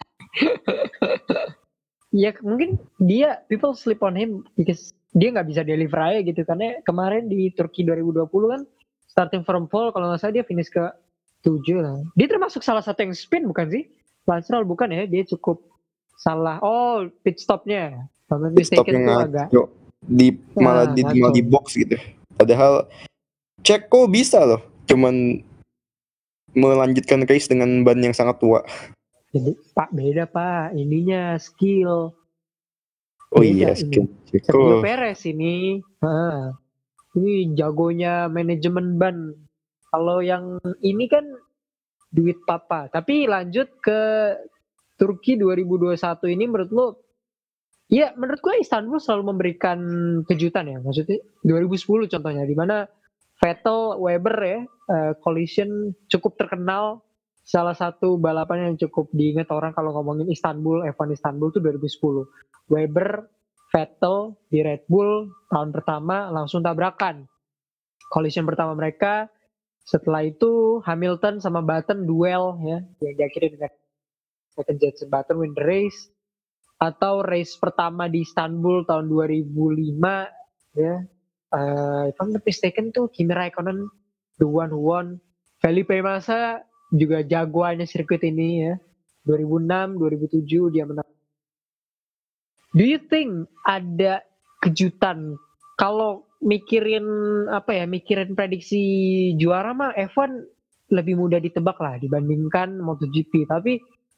Ya mungkin dia people sleep on him because dia nggak bisa deliver aja gitu, karena kemarin di Turki dua ribu dua puluh kan starting from pole kalau nggak salah dia finish ke tujuh lah. Dia termasuk salah satu yang spin bukan sih? Lance Stroll bukan ya? Dia cukup salah. Oh pit stopnya. Pit stopnya agak di malah ya, di, malah di box gitu. Padahal Ceko bisa loh, cuman melanjutkan race dengan ban yang sangat tua. Jadi, Pak beda Pak, ininya skill. Oh beda, iya skill. Sergio Perez ini, nah, ini jagonya manajemen ban. Kalau yang ini kan duit papa. Tapi lanjut ke Turki dua ribu dua puluh satu ini, menurut lo? Ya menurut gue Istanbul selalu memberikan kejutan ya. Maksudnya dua ribu sepuluh contohnya, di mana Vettel Weber ya, uh, collision cukup terkenal. Salah satu balapan yang cukup diingat orang kalau ngomongin Istanbul, F satu Istanbul itu dua ribu sepuluh. Weber, Vettel di Red Bull tahun pertama langsung tabrakan. Collision pertama mereka. Setelah itu Hamilton sama Button duel ya, yang diakhiri dengan second Jensen Button win the race. Atau race pertama di Istanbul tahun dua ribu lima ya. Uh, if I'm not mistaken tuh Kimi Raikkonen the one who won. Felipe Massa juga jagoannya sirkuit ini ya. dua ribu enam, dua ribu tujuh dia menang. Do you think ada kejutan kalau mikirin apa ya, mikirin prediksi juara mah F satu lebih mudah ditebak lah dibandingkan MotoGP. Tapi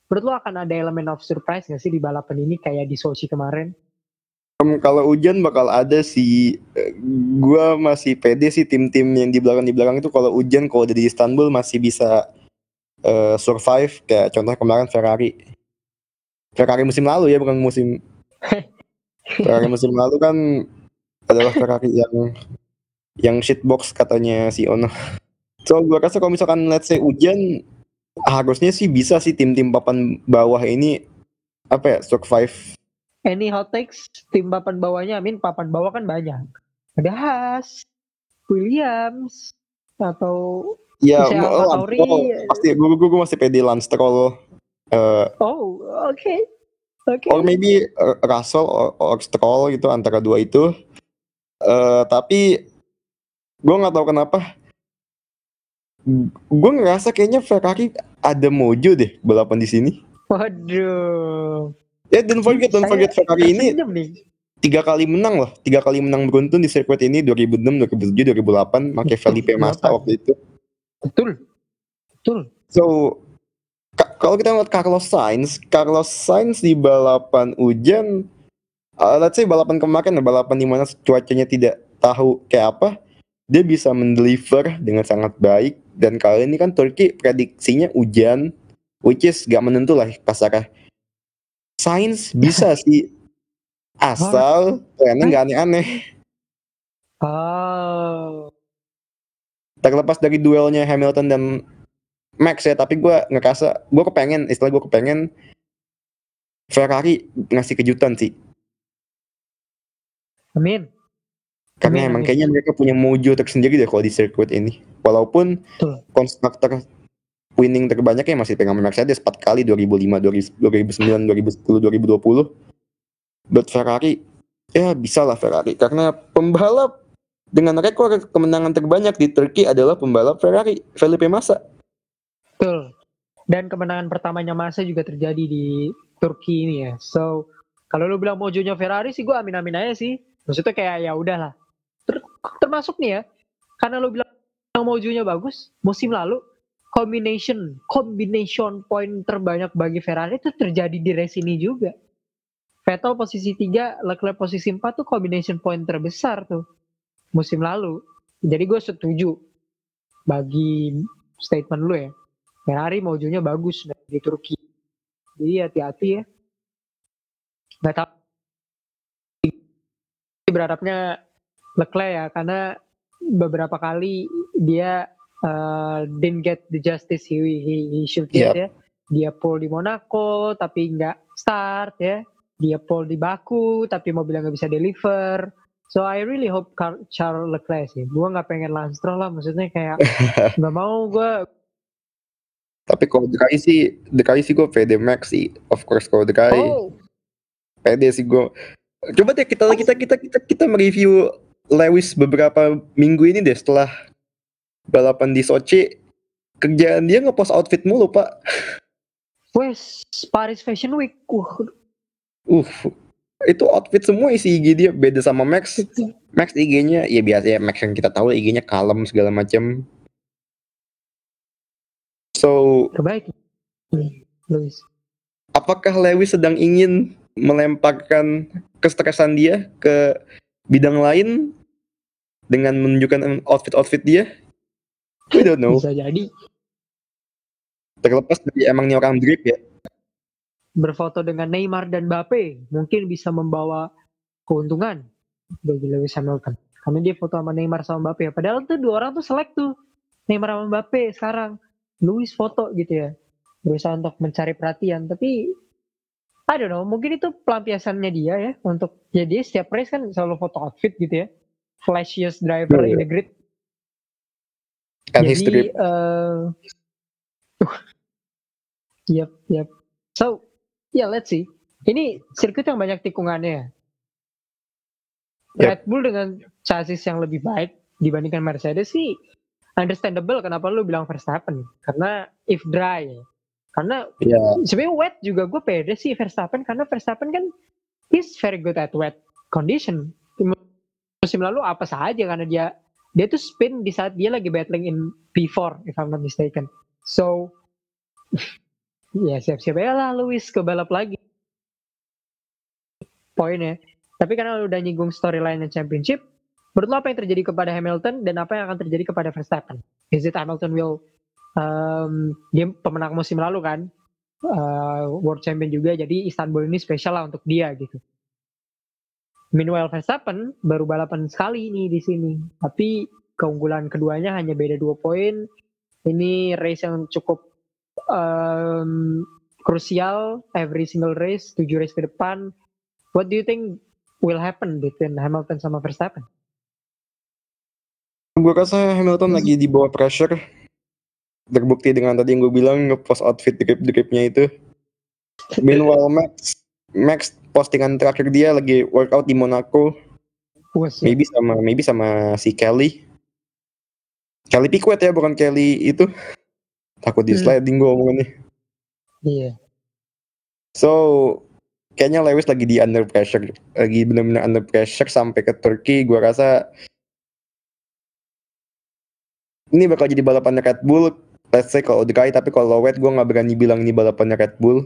menurut lo akan ada elemen of surprise nggak sih di balapan ini kayak di Sochi kemarin? Um, kalau hujan bakal ada sih. Eh, Gua masih pede sih tim-tim yang di belakang di belakang itu kalau hujan kalau udah di Istanbul masih bisa eh, survive kayak contoh kemarin Ferrari. Ferrari musim lalu ya bukan musim Ferrari musim lalu kan adalah Ferrari yang yang shitbox katanya si Ono. So gua rasa kalau misalkan let's say hujan harusnya sih bisa sih tim-tim papan bawah ini apa ya survive. Any hot takes tim papan bawahnya? I mean papan bawah kan banyak. Ada Haas, Williams, atau Ya, misalnya Alfa Lance Tauri. Stroll pasti gue gue gue masih pede Lance Stroll. Eh, Oh, oke, okay. oke. or Okay. maybe uh, Russell or, or Stroll gitu antara dua itu. Eh, tapi gue nggak tahu kenapa. Gue ngerasa kayaknya Ferrari ada mojo deh balapan di sini. Waduh. Ya, don't forget, don't Saya forget Ferrari ini tersenyum nih. tiga kali menang loh, tiga kali menang beruntun di sirkuit ini dua ribu enam, dua ribu tujuh, dua ribu delapan, pakai Felipe Massa waktu itu. Betul, betul. So ka- kalau kita lihat Carlos Sainz, Carlos Sainz di balapan hujan, uh, let's say balapan kemarin, balapan di mana cuacanya tidak tahu kayak apa, dia bisa mendeliver dengan sangat baik. Dan kali ini kan Turki prediksinya hujan, which is gak menentu lah kasarnya. Sainz bisa sih, asal trennya nggak aneh-aneh. Oh, Terlepas dari duelnya Hamilton dan Max ya, tapi gue ngerasa, gue kepengen, istilah gue kepengen Ferrari ngasih kejutan sih. amin. Karena Amin, emang amin. kayaknya mereka punya mojo tersendiri deh kalau di sirkuit ini. Walaupun Betul. konstruktor winning terbanyaknya masih pegang Mercedes empat kali, dua ribu lima, dua ribu sembilan, dua ribu sepuluh, dua ribu dua puluh. But Ferrari, ya bisa lah Ferrari. Karena pembalap dengan rekor kemenangan terbanyak di Turki adalah pembalap Ferrari, Felipe Massa. Betul. Dan kemenangan pertamanya Massa juga terjadi di Turki ini ya. So, kalau lu bilang mojonya Ferrari sih gue amin-amin aja sih. Maksudnya kayak ya udahlah. Ter- termasuk nih ya, karena lu bilang mojonya bagus, musim lalu combination combination point terbanyak bagi Ferrari itu terjadi di race ini juga. Vettel posisi tiga, Leclerc posisi empat tuh combination point terbesar tuh musim lalu. Jadi gue setuju bagi statement lu ya. Ferrari mojonya bagus di Turki. Jadi hati-hati ya. Gak tahu berharapnya Leclerc ya, karena beberapa kali dia uh, didn't get the justice he, he, he should get Yep. ya. Dia pole di Monaco tapi nggak start ya. Dia pole di Baku tapi mobilnya nggak bisa deliver. So I really hope Car- Charles Leclerc sih. Gue nggak pengen Lance Stroll lah, maksudnya kayak nggak mau gue. Tapi kalau Dekai sih, Dekai sih gue pede Max sih. Of course kalau Dekai Oh, pede sih gue. Coba deh kita kita kita kita kita mereview Lewis beberapa minggu ini deh setelah balapan di Sochi. Kerjaan dia ngepost outfit mulu pak. wes Paris Fashion Week. Uh, Uh, itu outfit semua isi I G dia beda sama Max. Max I G-nya ya biasa ya Max yang kita tahu I G-nya kalem segala macam. So, terbaik. Lewis. apakah Lewis sedang ingin melemparkan kestresan dia ke bidang lain dengan menunjukkan outfit-outfit dia? We don't know. Bisa jadi Terlepas dari emang ini orang drip ya. berfoto dengan Neymar dan Mbappe mungkin bisa membawa keuntungan bagi Lewis Hamilton. Karena dia foto sama Neymar sama Mbappe. Padahal tuh dua orang tuh selek tuh. Neymar sama Mbappe sekarang. Lewis foto gitu ya. Berusaha untuk mencari perhatian. Tapi I don't know. Mungkin itu pelampiasannya dia ya. Untuk ya dia setiap race kan selalu foto outfit gitu ya. Flashiest driver Yeah. in the grid. And his Jadi drip. uh, yep, yep. So, yeah, let's see. Ini sirkuit yang banyak tikungannya. Yep. Red Bull dengan chassis yang lebih baik dibandingkan Mercedes sih understandable kenapa lu bilang Verstappen. Karena if dry. Karena Yeah. sebenarnya wet juga gue pede sih Verstappen. Karena Verstappen kan he's very good at wet condition. Musim lalu apa saja karena dia dia tuh spin di saat dia lagi battling in P four if I'm not mistaken. So Ya siap-siap aja lah Lewis ke balap lagi. Poinnya. Tapi karena lu udah nyinggung storyline championship, menurut lo apa yang terjadi kepada Hamilton dan apa yang akan terjadi kepada Verstappen? Is it Hamilton will um, dia pemenang musim lalu kan, uh, world champion juga, jadi Istanbul ini spesial lah untuk dia gitu. Meanwhile Verstappen baru balapan sekali nih di sini, tapi keunggulan keduanya hanya beda dua poin. Ini race yang cukup um, krusial, every single race, tujuh race ke depan. What do you think will happen between Hamilton sama Verstappen? Gue rasa Hamilton lagi di bawah pressure. Terbukti dengan tadi yang gue bilang ngepost outfit drip-dripnya itu. Meanwhile Max, Max postingan terakhir dia lagi workout di Monaco. Was, ya. Maybe sama maybe sama si Kelly. Kelly Piquet ya, bukan Kelly itu. Takut di Hmm. sliding gue omongannya. Iya. So kayaknya Lewis lagi di under pressure, lagi benar-benar under pressure sampai ke Turki. Gue rasa ini bakal jadi balapannya Red Bull. Let's say kalau dry, tapi kalau wet gue nggak berani bilang ini balapannya Red Bull.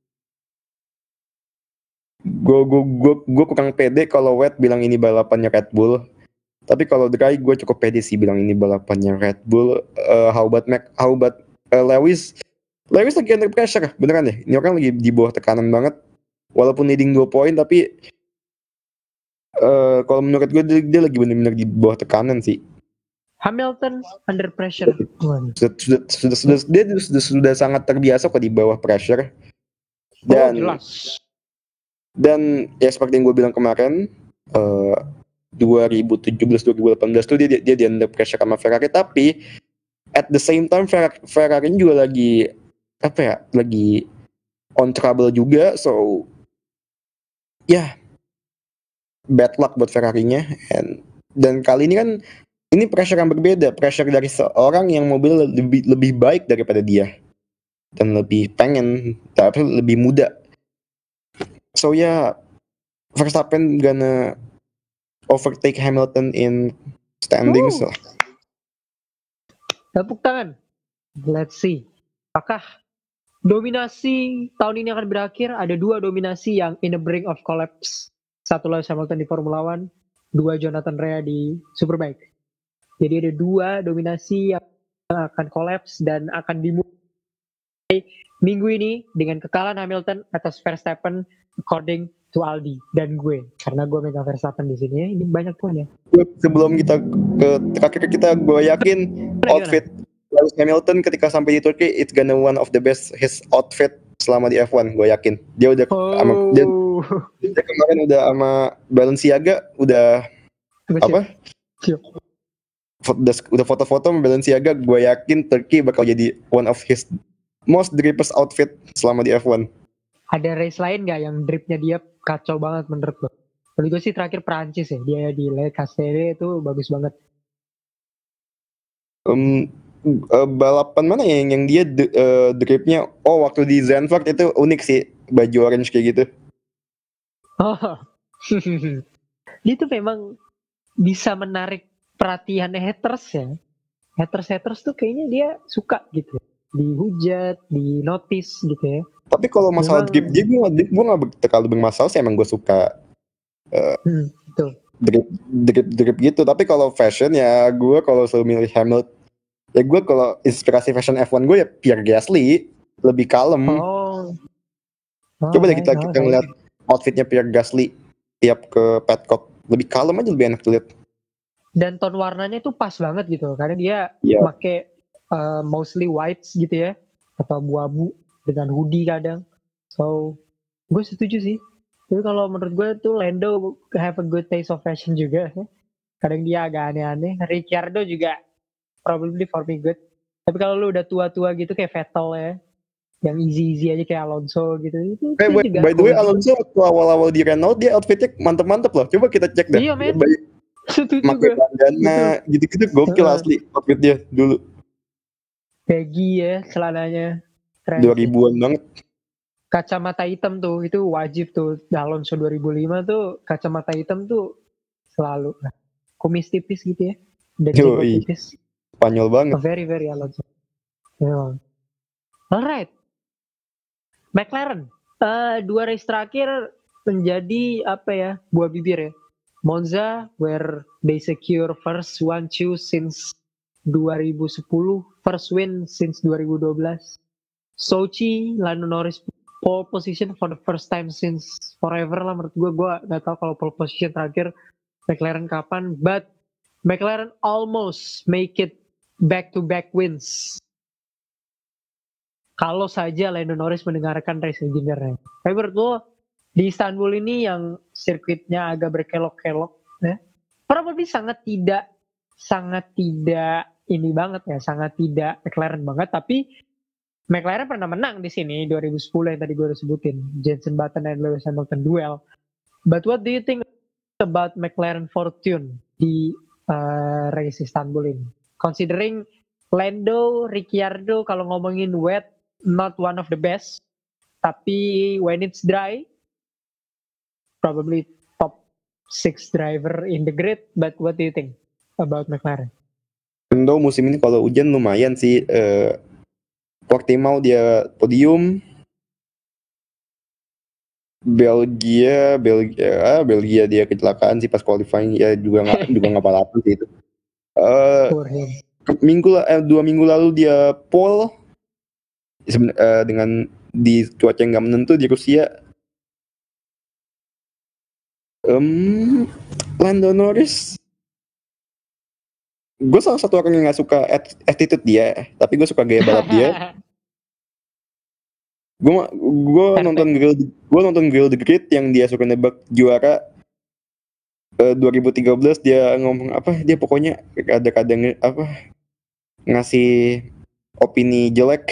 Gue gue gue gue kurang pede kalau wet bilang ini balapannya Red Bull. Tapi kalau dry gue cukup pede sih bilang ini balapannya Red Bull. Uh, how about Mac? How about uh, Lewis? Lewis lagi under pressure, beneran deh. Ini orang lagi di bawah tekanan banget. Walaupun leading dua poin, tapi uh, kalau menurut gue dia, dia lagi bener-bener di bawah tekanan sih. Hamilton under pressure. Sudah sudah sudah sudah dia sudah, sudah sangat terbiasa kok di bawah pressure. Dan Oh, jelas. dan ya seperti yang gue bilang kemarin, uh, dua ribu tujuh belas dua ribu delapan belas tuh dia dia, dia di under pressure sama Ferrari, tapi at the same time Ferrari, Ferrari juga lagi apa ya, lagi on trouble juga. So ya yeah, bad luck buat Ferrarinya. And dan kali ini kan ini pressure yang berbeda, pressure dari seorang yang mobil lebih lebih baik daripada dia dan lebih pengen, tapi lebih muda. So ya yeah, Verstappen gonna overtake Hamilton in standings. Oh. Tepuk tangan. Let's see. Apakah dominasi tahun ini akan berakhir? Ada dua dominasi yang in the brink of collapse. Satu Lewis Hamilton di Formula One, dua Jonathan Rea di Superbike. Jadi ada dua dominasi yang akan collapse dan akan dimulai minggu ini dengan kekalahan Hamilton atas Verstappen according to Aldi dan gue, karena gue megang Verstappen di sini. Ini banyak pun ya. Sebelum kita ke terakhir kita, gue yakin outfit Lewis Hamilton ketika sampai di Turki it's gonna one of the best his outfit selama di F satu. Gue yakin dia udah oh. ama, dia, dia kemarin udah sama Balenciaga udah Siap. apa Siap. udah, udah foto-foto sama Balenciaga. Gue yakin Turki bakal jadi one of his most dripest outfit selama di F satu. Ada race lain gak yang dripnya dia kacau banget menurut lo? Menurut gue sih terakhir Perancis ya, dia di Le Castellet itu bagus banget. Um, uh, balapan mana ya yang, yang dia uh, dripnya? Oh, waktu di Zandvoort itu unik sih, baju orange kayak gitu. Oh, dia tuh memang bisa menarik perhatian haters ya. Haters-haters tuh kayaknya dia suka gitu, dihujat, di notice gitu ya. Tapi kalau masalah Memang, drip dia, gue gue nggak terlalu bermasalah sih, emang gue suka uh, hmm, betul. drip drip drip gitu. Tapi kalau fashion ya gue kalau selalu milih Hamilton. Ya gue kalau inspirasi fashion F satu gue ya Pierre Gasly, lebih kalem. Oh, Coba deh okay, kita kita okay. ngeliat outfitnya Pierre Gasly tiap ke paddock, lebih kalem aja, lebih enak dilihat. Dan tone warnanya tuh pas banget gitu, karena dia yeah. pakai uh, mostly whites gitu ya, atau abu-abu dengan hoodie kadang. So gue setuju sih. Tapi kalau menurut gue tuh Lando have a good taste of fashion juga ya. Kadang dia agak aneh-aneh. Ricciardo juga probably for me good. Tapi kalau lu udah tua-tua gitu kayak Vettel ya, yang easy-easy aja kayak Alonso gitu, itu Hey, by, juga by the way, cool. Alonso waktu awal-awal di Renault dia outfitnya mantep-mantep loh. Coba kita cek dah. Iya men, setuju pakai gue. bandana gitu-gitu, gokil Uh, asli outfit dia dulu. Baggy ya celananya. dua ribuan banget. Kacamata hitam tuh, itu wajib tuh. Alonso dua ribu lima tuh kacamata hitam tuh selalu. Kumis tipis gitu ya. Dan jenggot Yoi, tipis. Spanyol banget. Very very Alonso. Memang. Alright. McLaren, uh, dua race terakhir menjadi apa ya, buah bibir ya. Monza, where they secure first one two since dua ribu sepuluh, first win since dua ribu dua belas. Sochi, Lando Norris pole position for the first time since forever lah menurut gue. Gue gak tahu kalau pole position terakhir McLaren kapan, but McLaren almost make it back to back wins. Kalau saja Lando Norris mendengarkan race engineer-nya. Tapi menurut gue di Istanbul ini yang sirkuitnya agak berkelok-kelok ya, probably sangat tidak sangat tidak ini banget ya, sangat tidak McLaren banget, tapi McLaren pernah menang di sini dua ribu sepuluh yang tadi gue udah sebutin, Jenson Button dan Lewis Hamilton duel. But what do you think about McLaren fortune di uh, race Istanbul ini? Considering Lando, Ricciardo kalau ngomongin wet not one of the best, tapi when it's dry probably top six driver in the grid. But what do you think about McLaren? Lando musim ini kalau hujan lumayan sih. Uh, Portimao dia podium. Belgia, Belgia, ah, Belgia dia kecelakaan sih pas qualifying, ya juga nggak juga nggak apa-apa sih itu. Uh, minggu eh, dua minggu lalu dia pole Seben, uh, dengan di cuaca yang nggak menentu di Rusia. Um, Lando Norris, gue salah satu orang yang nggak suka attitude dia, tapi gue suka gaya balap dia. Gue gue nonton grill gue nonton grill the Grid yang dia suka nebak juara uh, dua ribu tiga belas. Dia ngomong apa, dia pokoknya kadang-kadang apa ngasih opini jelek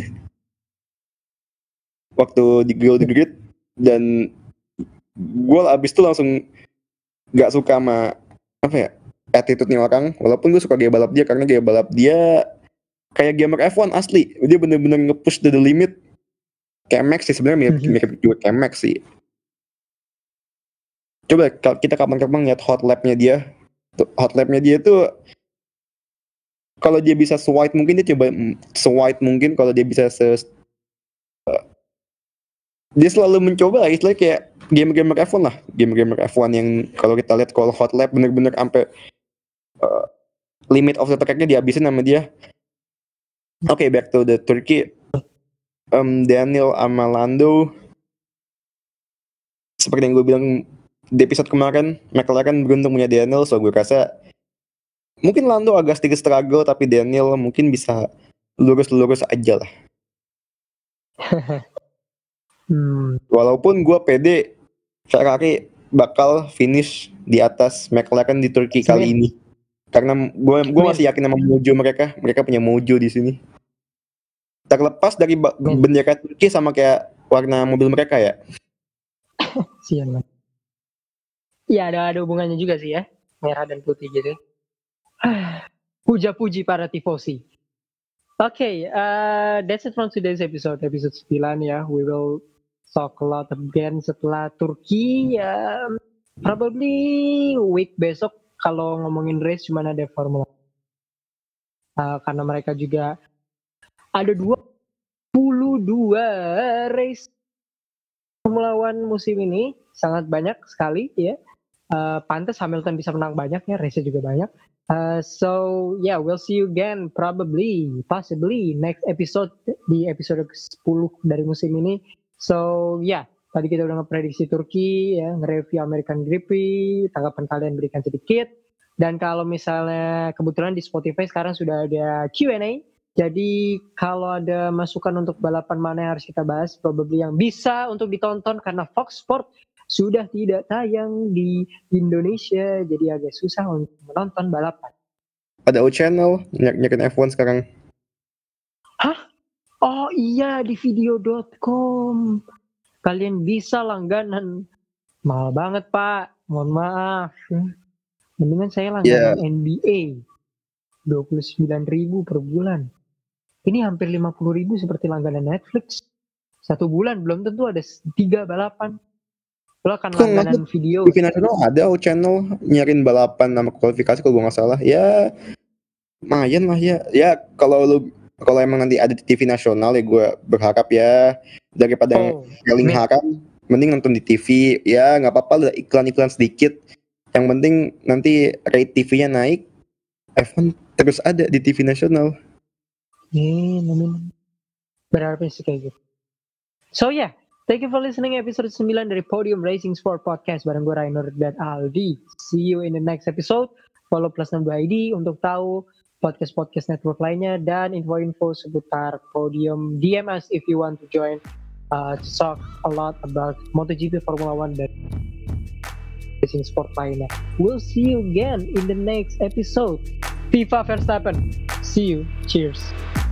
waktu di grill the Grid, dan gue abis itu langsung nggak suka sama apa ya attitude-nya orang, walaupun gue suka gaya balap dia karena gaya balap dia kayak gamer F one asli. Dia bener-bener nge-push to the limit. Kayak Max sih sebenarnya, mirip, mirip juga kayak Max sih. Coba kita kapan-kapan lihat hot lap-nya dia. Hot lap-nya dia tuh kalau dia bisa se-wide mungkin, dia coba se-wide mungkin. Kalau dia bisa se uh, dia selalu mencoba lah, istilahnya kayak game-gamer F one lah. Game-gamer F one yang kalau kita lihat kalau hot lap bener-bener sampai uh, limit of the track-nya dihabisin sama dia. Oke, okay, back to the Turkey. Um, Daniel sama Lando, seperti yang gue bilang di episode kemarin, McLaren beruntung punya Daniel, so gue rasa mungkin Lando agak sedikit struggle, tapi Daniel mungkin bisa lurus-lurus aja lah. hmm. Walaupun gue pede Ferrari bakal finish di atas McLaren di Turki Sebenernya. kali ini, karena gue gue masih yakin sama mojo mereka, mereka punya mojo di sini. Terlepas dari ba- bendera Turki sama kayak warna mobil mereka ya. Sian banget. Iya, ada ada hubungannya juga sih ya, merah dan putih gitu. Puja-puji para tifosi. Oke, okay, uh, that's it from today's episode, episode sembilan ya. We will talk a lot again setelah Turki. Um, probably week besok kalau ngomongin race cuma ada Formula. Uh, karena mereka juga ada dua puluh dua race Formula One musim ini, sangat banyak sekali ya. Uh, pantas Hamilton bisa menang banyak ya, race-nya juga banyak. Uh, so yeah, we'll see you again probably, possibly next episode, di episode sepuluh dari musim ini. So yeah, tadi kita udah ngeprediksi Turki ya, nge-review American Grand Prix, tanggapan kalian berikan sedikit. Dan kalau misalnya kebetulan di Spotify sekarang sudah ada Q and A. Jadi kalau ada masukan untuk balapan mana yang harus kita bahas, probably yang bisa untuk ditonton karena Fox Sport sudah tidak tayang di Indonesia, jadi agak susah untuk menonton balapan. Ada O Channel, nyakin F one sekarang. Hah? Oh iya, di video dot com. Kalian bisa langganan. Mahal banget Pak, mohon maaf. Mendingan saya langganan yeah. N B A. dua puluh sembilan ribu per bulan. Ini hampir lima puluh ribu seperti langganan Netflix. Satu bulan belum tentu ada tiga balapan. Lo akan langganan video. T V nasional ada O Channel nyarin balapan sama kualifikasi kalau gue nggak salah. Ya, lumayan lah ya. Ya kalau lo kalau emang nanti ada di T V nasional ya gue berharap ya daripada Oh, paling amin. haram mending nonton di T V ya nggak apa-apa lah iklan-iklan sedikit yang penting nanti rate T V-nya naik F satu terus ada di T V nasional. Amin, amin. Berharapnya sih kayak gitu. So yeah, thank you for listening episode sembilan dari Podium Racing Sport Podcast bareng gue Rainer dan Aldi. See you in the next episode. Follow Plus enam puluh dua I D untuk tahu podcast-podcast network lainnya dan info-info seputar Podium. D M us if you want to join uh, to talk a lot about MotoGP, Formula One, dan racing sport lainnya. We'll see you again in the next episode. FIFA Verstappen. See you. Cheers.